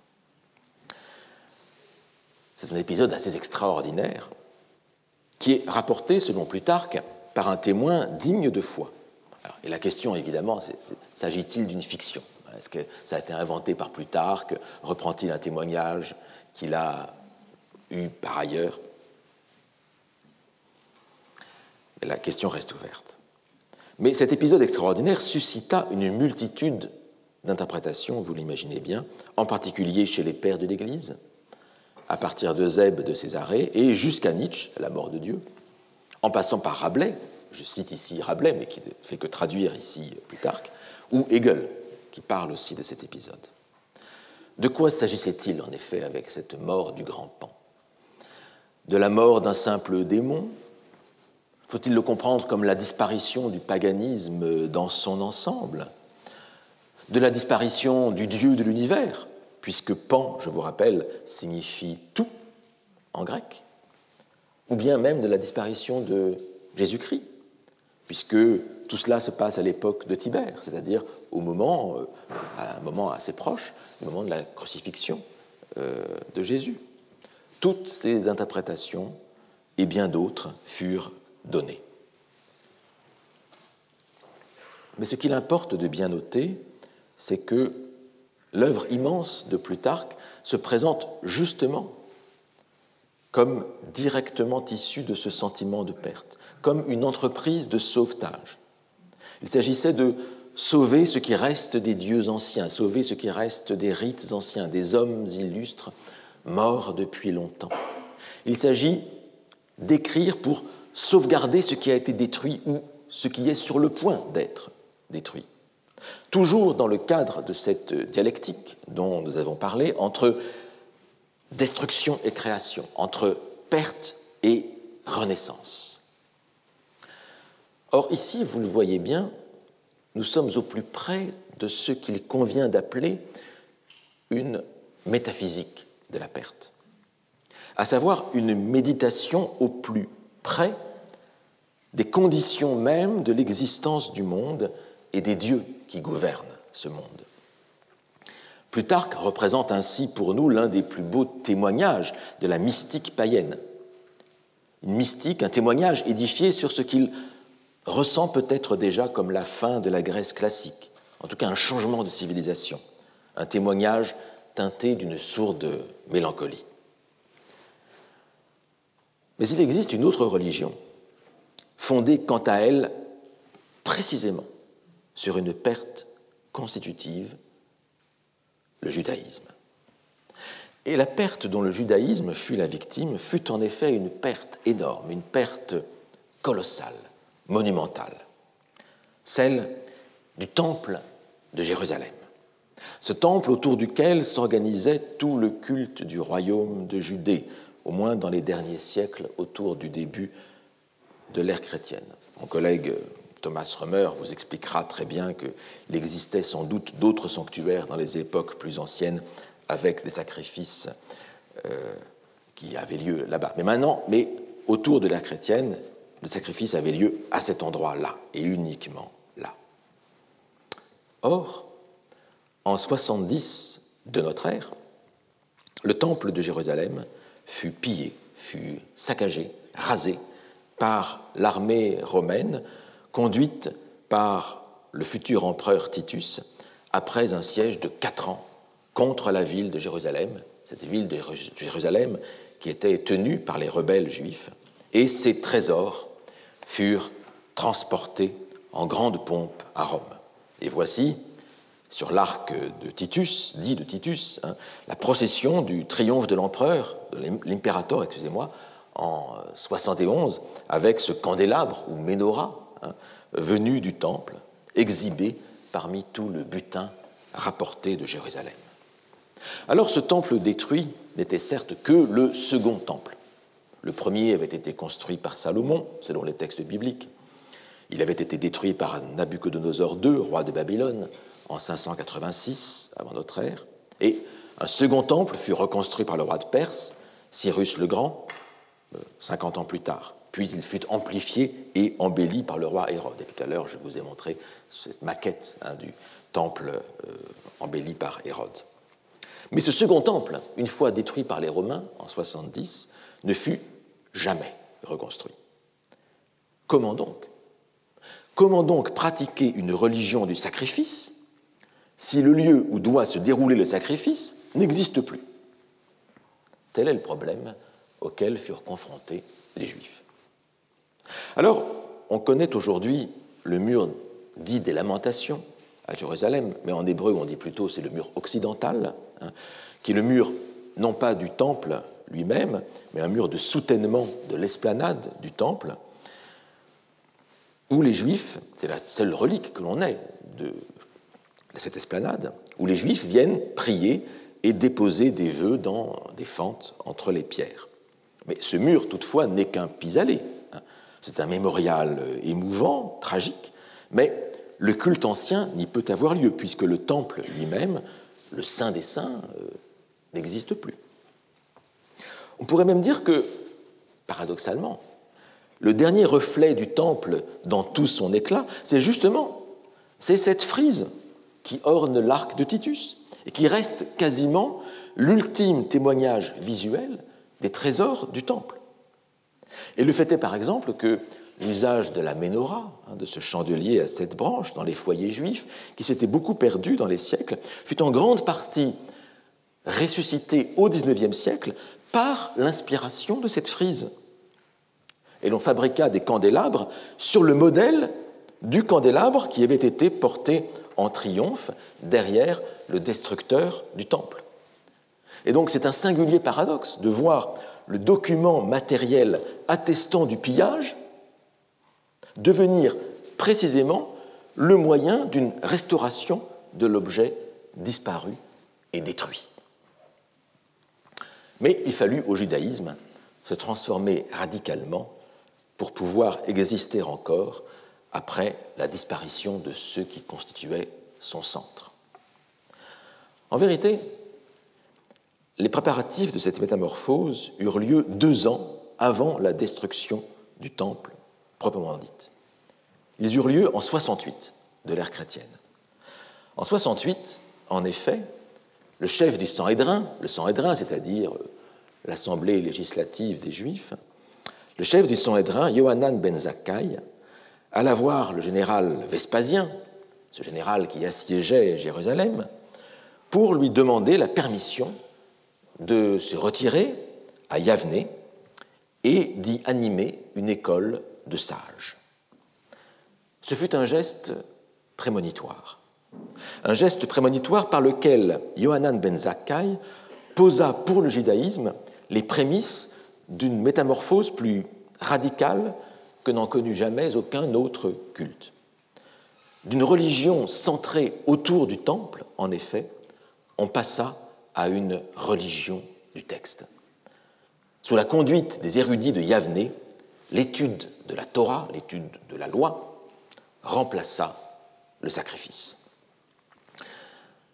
C'est un épisode assez extraordinaire qui est rapporté, selon Plutarque, par un témoin digne de foi. Alors, et la question, évidemment, c'est, c'est, s'agit-il d'une fiction ? Est-ce que ça a été inventé par Plutarque ? Reprend-il un témoignage qu'il a eu par ailleurs ? Et la question reste ouverte. Mais cet épisode extraordinaire suscita une multitude d'interprétations, vous l'imaginez bien, en particulier chez les pères de l'Église, à partir d'Eusèbe de Césarée et jusqu'à Nietzsche, la mort de Dieu, en passant par Rabelais, je cite ici Rabelais, mais qui ne fait que traduire ici Plutarque, ou Hegel, qui parle aussi de cet épisode. De quoi s'agissait-il en effet avec cette mort du grand Pan ? De la mort d'un simple démon ? Faut-il le comprendre comme la disparition du paganisme dans son ensemble ? De la disparition du Dieu de l'univers, puisque Pan, je vous rappelle, signifie tout en grec, ou bien même de la disparition de Jésus-Christ, puisque tout cela se passe à l'époque de Tibère, c'est-à-dire au moment, à un moment assez proche, au moment de la crucifixion de Jésus. Toutes ces interprétations et bien d'autres furent données. Mais ce qu'il importe de bien noter, c'est que l'œuvre immense de Plutarque se présente justement comme directement issue de ce sentiment de perte, comme une entreprise de sauvetage. Il s'agissait de sauver ce qui reste des dieux anciens, sauver ce qui reste des rites anciens, des hommes illustres morts depuis longtemps. Il s'agit d'écrire pour sauvegarder ce qui a été détruit ou ce qui est sur le point d'être détruit. Toujours dans le cadre de cette dialectique dont nous avons parlé, entre destruction et création, entre perte et renaissance. Or, ici, vous le voyez bien, nous sommes au plus près de ce qu'il convient d'appeler une métaphysique de la perte, à savoir une méditation au plus près des conditions mêmes de l'existence du monde et des dieux qui gouvernent ce monde. Plutarque représente ainsi pour nous l'un des plus beaux témoignages de la mystique païenne. Une mystique, un témoignage édifié sur ce qu'il ressent peut-être déjà comme la fin de la Grèce classique, en tout cas un changement de civilisation, un témoignage teinté d'une sourde mélancolie. Mais il existe une autre religion, fondée quant à elle précisément sur une perte constitutive, le judaïsme. Et la perte dont le judaïsme fut la victime fut en effet une perte énorme, une perte colossale, monumentale, celle du temple de Jérusalem. Ce temple autour duquel s'organisait tout le culte du royaume de Judée, au moins dans les derniers siècles, autour du début de l'ère chrétienne. Mon collègue Thomas Römer vous expliquera très bien qu'il existait sans doute d'autres sanctuaires dans les époques plus anciennes avec des sacrifices euh, qui avaient lieu là-bas. Mais maintenant, mais autour de l'ère chrétienne, le sacrifice avait lieu à cet endroit-là, et uniquement là. Or, en soixante-dix de notre ère, le temple de Jérusalem fut pillé, fut saccagé, rasé par l'armée romaine conduite par le futur empereur Titus après un siège de quatre ans contre la ville de Jérusalem, cette ville de Jérusalem qui était tenue par les rebelles juifs, et ses trésors furent transportés en grande pompe à Rome. Et voici, sur l'arc de Titus, dit de Titus, hein, la procession du triomphe de l'empereur, de l'impérator, excusez-moi, en soixante et onze, avec ce candélabre ou menorah hein, venu du temple, exhibé parmi tout le butin rapporté de Jérusalem. Alors ce temple détruit n'était certes que le second temple. Le premier avait été construit par Salomon, selon les textes bibliques. Il avait été détruit par Nabuchodonosor deux, roi de Babylone, en cinq cent quatre-vingt-six avant notre ère. Et un second temple fut reconstruit par le roi de Perse, Cyrus le Grand, cinquante ans plus tard. Puis il fut amplifié et embelli par le roi Hérode. Et tout à l'heure, je vous ai montré cette maquette hein, du temple euh, embelli par Hérode. Mais ce second temple, une fois détruit par les Romains en soixante-dix, ne fut jamais reconstruit. Comment donc ? Comment donc pratiquer une religion du sacrifice si le lieu où doit se dérouler le sacrifice n'existe plus ? Tel est le problème auquel furent confrontés les Juifs. Alors, on connaît aujourd'hui le mur dit des Lamentations à Jérusalem, mais en hébreu on dit plutôt c'est le mur occidental, hein, qui est le mur non pas du temple lui-même, mais un mur de soutènement de l'esplanade du temple, où les Juifs, c'est la seule relique que l'on ait de cette esplanade, où les Juifs viennent prier et déposer des vœux dans des fentes entre les pierres. Mais ce mur, toutefois, n'est qu'un pis-aller. C'est un mémorial émouvant, tragique, mais le culte ancien n'y peut avoir lieu, puisque le temple lui-même, le Saint des Saints, euh, n'existe plus. On pourrait même dire que, paradoxalement, le dernier reflet du temple dans tout son éclat, c'est justement c'est cette frise qui orne l'arc de Titus et qui reste quasiment l'ultime témoignage visuel des trésors du temple. Et le fait est par exemple que l'usage de la menorah, hein, de ce chandelier à sept branches dans les foyers juifs, qui s'était beaucoup perdu dans les siècles, fut en grande partie ressuscité au dix-neuvième siècle par l'inspiration de cette frise. Et l'on fabriqua des candélabres sur le modèle du candélabre qui avait été porté en triomphe derrière le destructeur du temple. Et donc c'est un singulier paradoxe de voir le document matériel attestant du pillage devenir précisément le moyen d'une restauration de l'objet disparu et détruit. Mais il fallut au judaïsme se transformer radicalement pour pouvoir exister encore après la disparition de ceux qui constituaient son centre. En vérité, les préparatifs de cette métamorphose eurent lieu deux ans avant la destruction du temple proprement dite. Ils eurent lieu en soixante-huit de l'ère chrétienne. En soixante-huit, en effet, le chef du Sanhédrin, le Sanhédrin, c'est-à-dire l'assemblée législative des Juifs, le chef du Sanhédrin, Yohanan ben Zakkai, alla voir le général Vespasien, ce général qui assiégeait Jérusalem, pour lui demander la permission de se retirer à Yavne et d'y animer une école de sages. Ce fut un geste prémonitoire. Un geste prémonitoire par lequel Yohanan ben Zakkai posa pour le judaïsme les prémices d'une métamorphose plus radicale que n'en connut jamais aucun autre culte. D'une religion centrée autour du temple, en effet, on passa à une religion du texte. Sous la conduite des érudits de Yavne, l'étude de la Torah, l'étude de la loi, remplaça le sacrifice.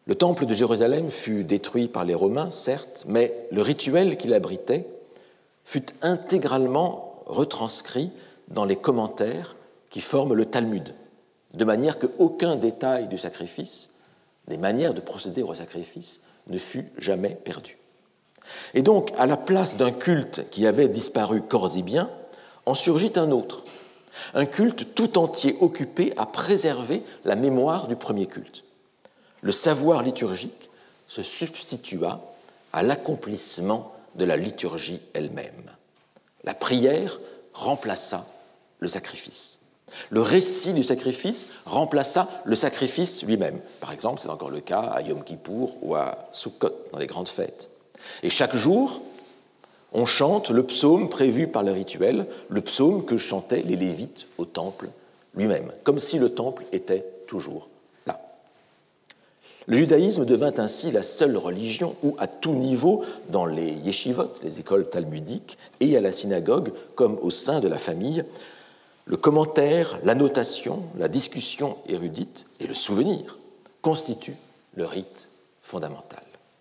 Le temple de Jérusalem fut détruit par les Romains, certes, mais le rituel qu'il abritait fut intégralement retranscrit dans les commentaires qui forment le Talmud, de manière qu'aucun détail du sacrifice, des manières de procéder au sacrifice, ne fut jamais perdu. Et donc, à la place d'un culte qui avait disparu corps et biens, en surgit un autre, un culte tout entier occupé à préserver la mémoire du premier culte. Le savoir liturgique se substitua à l'accomplissement de la liturgie elle-même. La prière remplaça le sacrifice. Le récit du sacrifice remplaça le sacrifice lui-même. Par exemple, c'est encore le cas à Yom Kippour ou à Sukkot, dans les grandes fêtes. Et chaque jour, on chante le psaume prévu par le rituel, le psaume que chantaient les Lévites au temple lui-même, comme si le temple était toujours là. Le judaïsme devint ainsi la seule religion où, à tout niveau, dans les yeshivot, les écoles talmudiques, et à la synagogue, comme au sein de la famille, le commentaire, l'annotation, la discussion érudite et le souvenir constituent le rite fondamental.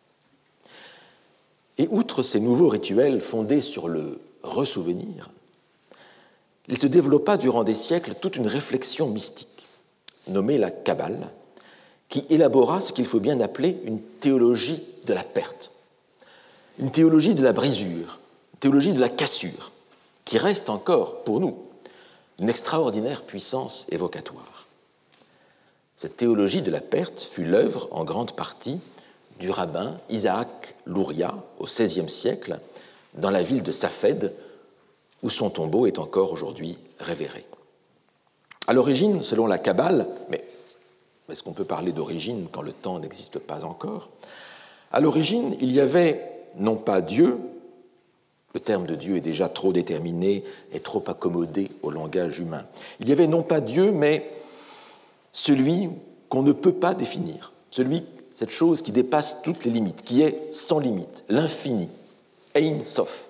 Et outre ces nouveaux rituels fondés sur le ressouvenir, il se développa durant des siècles toute une réflexion mystique, nommée la Kabbale, qui élabora ce qu'il faut bien appeler une théologie de la perte, une théologie de la brisure, une théologie de la cassure, qui reste encore, pour nous, une extraordinaire puissance évocatoire. Cette théologie de la perte fut l'œuvre, en grande partie, du rabbin Isaac Luria au seizième siècle, dans la ville de Safed, où son tombeau est encore aujourd'hui révéré. À l'origine, selon la Kabbale, mais est-ce qu'on peut parler d'origine quand le temps n'existe pas encore? À l'origine, il y avait non pas Dieu, le terme de Dieu est déjà trop déterminé et trop accommodé au langage humain. Il y avait non pas Dieu, mais celui qu'on ne peut pas définir, celui, cette chose qui dépasse toutes les limites, qui est sans limite, l'infini, Ein Sof.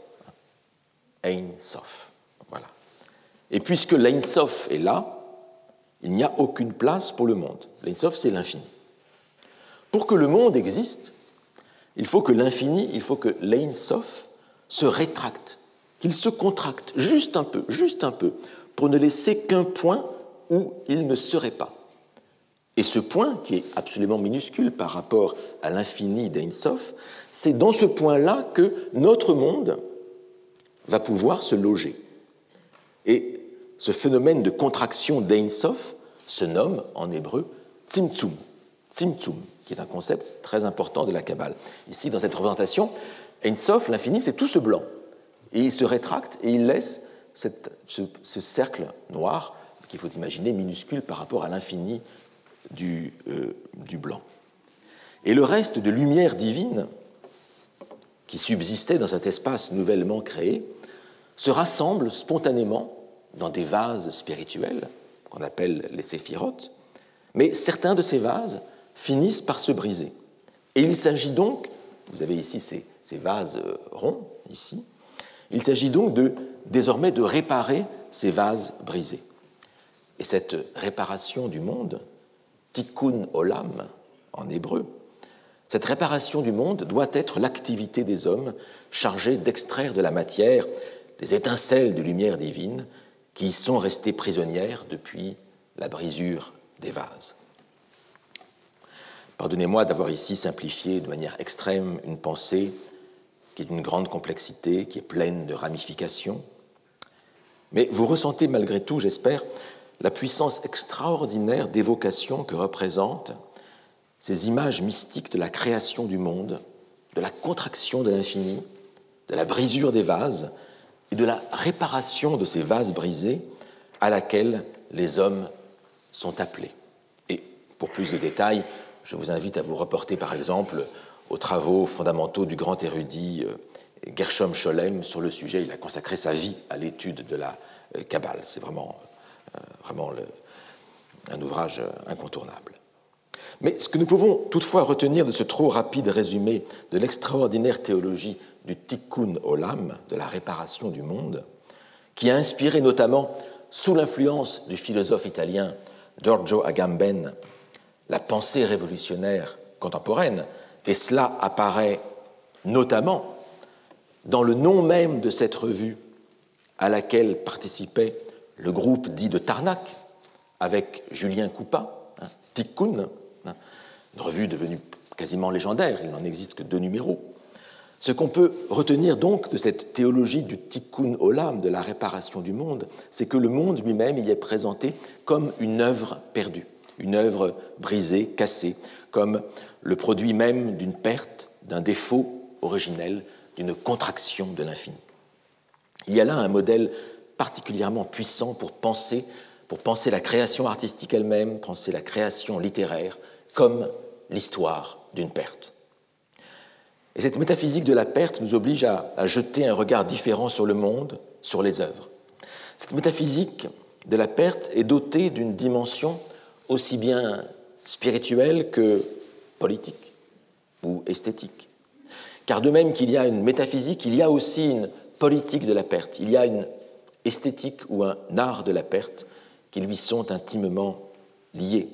Ein Sof, voilà. Et puisque l'Ein Sof est là, il n'y a aucune place pour le monde. L'Ein Sof, c'est l'infini. Pour que le monde existe, il faut que l'infini, il faut que l'Ein Sof se rétracte, qu'il se contracte juste un peu, juste un peu, pour ne laisser qu'un point où il ne serait pas. Et ce point, qui est absolument minuscule par rapport à l'infini d'Ein Sof, c'est dans ce point-là que notre monde va pouvoir se loger. Et ce phénomène de contraction d'Ein Sof se nomme en hébreu Tzimtzum, Tzimtzum, qui est un concept très important de la Kabbale. Ici, dans cette représentation, Ein Sof, l'infini, c'est tout ce blanc. Et il se rétracte et il laisse cette, ce, ce cercle noir, qu'il faut imaginer minuscule par rapport à l'infini du, euh, du blanc. Et le reste de lumière divine qui subsistait dans cet espace nouvellement créé se rassemble spontanément dans des vases spirituels, qu'on appelle les séphirotes, mais certains de ces vases finissent par se briser. Et il s'agit donc, vous avez ici ces ces vases ronds, ici, il s'agit donc de, désormais de réparer ces vases brisés. Et cette réparation du monde, tikkun olam en hébreu, cette réparation du monde doit être l'activité des hommes chargés d'extraire de la matière les étincelles de lumière divine qui y sont restées prisonnières depuis la brisure des vases. Pardonnez-moi d'avoir ici simplifié de manière extrême une pensée qui est d'une grande complexité, qui est pleine de ramifications. Mais vous ressentez malgré tout, j'espère, la puissance extraordinaire d'évocation que représentent ces images mystiques de la création du monde, de la contraction de l'infini, de la brisure des vases et de la réparation de ces vases brisés à laquelle les hommes sont appelés. Et pour plus de détails, je vous invite à vous reporter par exemple aux travaux fondamentaux du grand érudit Gershom Scholem sur le sujet. Il a consacré sa vie à l'étude de la Kabbale. C'est vraiment, vraiment le, un ouvrage incontournable. Mais ce que nous pouvons toutefois retenir de ce trop rapide résumé de l'extraordinaire théologie du Tikkun Olam, de la réparation du monde, qui a inspiré notamment, sous l'influence du philosophe italien Giorgio Agamben, la pensée révolutionnaire contemporaine, et cela apparaît notamment dans le nom même de cette revue à laquelle participait le groupe dit de Tarnac, avec Julien Coupa, hein, Tikkun, hein, une revue devenue quasiment légendaire, il n'en existe que deux numéros. Ce qu'on peut retenir donc de cette théologie du Tikkun Olam, de la réparation du monde, c'est que le monde lui-même y est présenté comme une œuvre perdue, une œuvre brisée, cassée, comme le produit même d'une perte, d'un défaut originel, d'une contraction de l'infini. Il y a là un modèle particulièrement puissant pour penser, pour penser la création artistique elle-même, penser la création littéraire comme l'histoire d'une perte. Et cette métaphysique de la perte nous oblige à, à jeter un regard différent sur le monde, sur les œuvres. Cette métaphysique de la perte est dotée d'une dimension aussi bien spirituelle que politique ou esthétique. Car de même qu'il y a une métaphysique, il y a aussi une politique de la perte, il y a une esthétique ou un art de la perte qui lui sont intimement liés.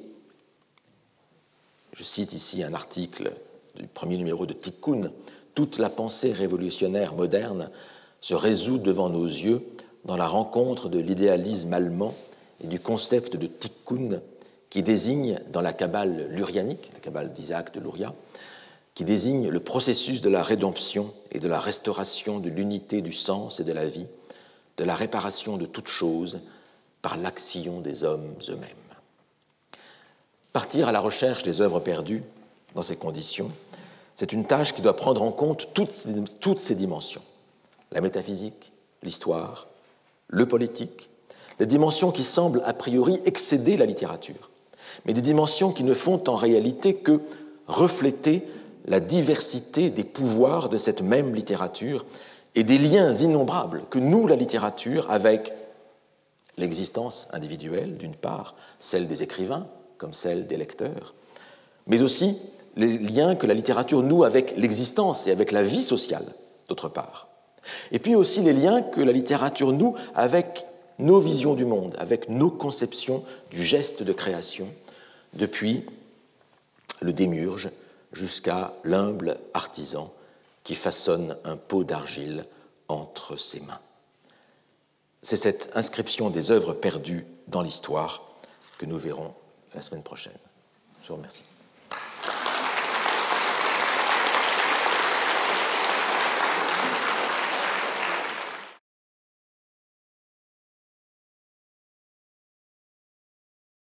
Je cite ici un article du premier numéro de Tikkun. Toute la pensée révolutionnaire moderne se résout devant nos yeux dans la rencontre de l'idéalisme allemand et du concept de Tikkun qui désigne, dans la Kabbale lurianique, la Kabbale d'Isaac de Luria, qui désigne le processus de la rédemption et de la restauration de l'unité du sens et de la vie, de la réparation de toute chose par l'action des hommes eux-mêmes. Partir à la recherche des œuvres perdues dans ces conditions, c'est une tâche qui doit prendre en compte toutes ces, toutes ces dimensions, la métaphysique, l'histoire, le politique, des dimensions qui semblent a priori excéder la littérature, mais des dimensions qui ne font en réalité que refléter la diversité des pouvoirs de cette même littérature et des liens innombrables que noue la littérature avec l'existence individuelle, d'une part, celle des écrivains, comme celle des lecteurs, mais aussi les liens que la littérature noue avec l'existence et avec la vie sociale, d'autre part. Et puis aussi les liens que la littérature noue avec nos visions du monde, avec nos conceptions du geste de création, depuis le démiurge jusqu'à l'humble artisan qui façonne un pot d'argile entre ses mains. C'est cette inscription des œuvres perdues dans l'histoire que nous verrons la semaine prochaine. Je vous remercie.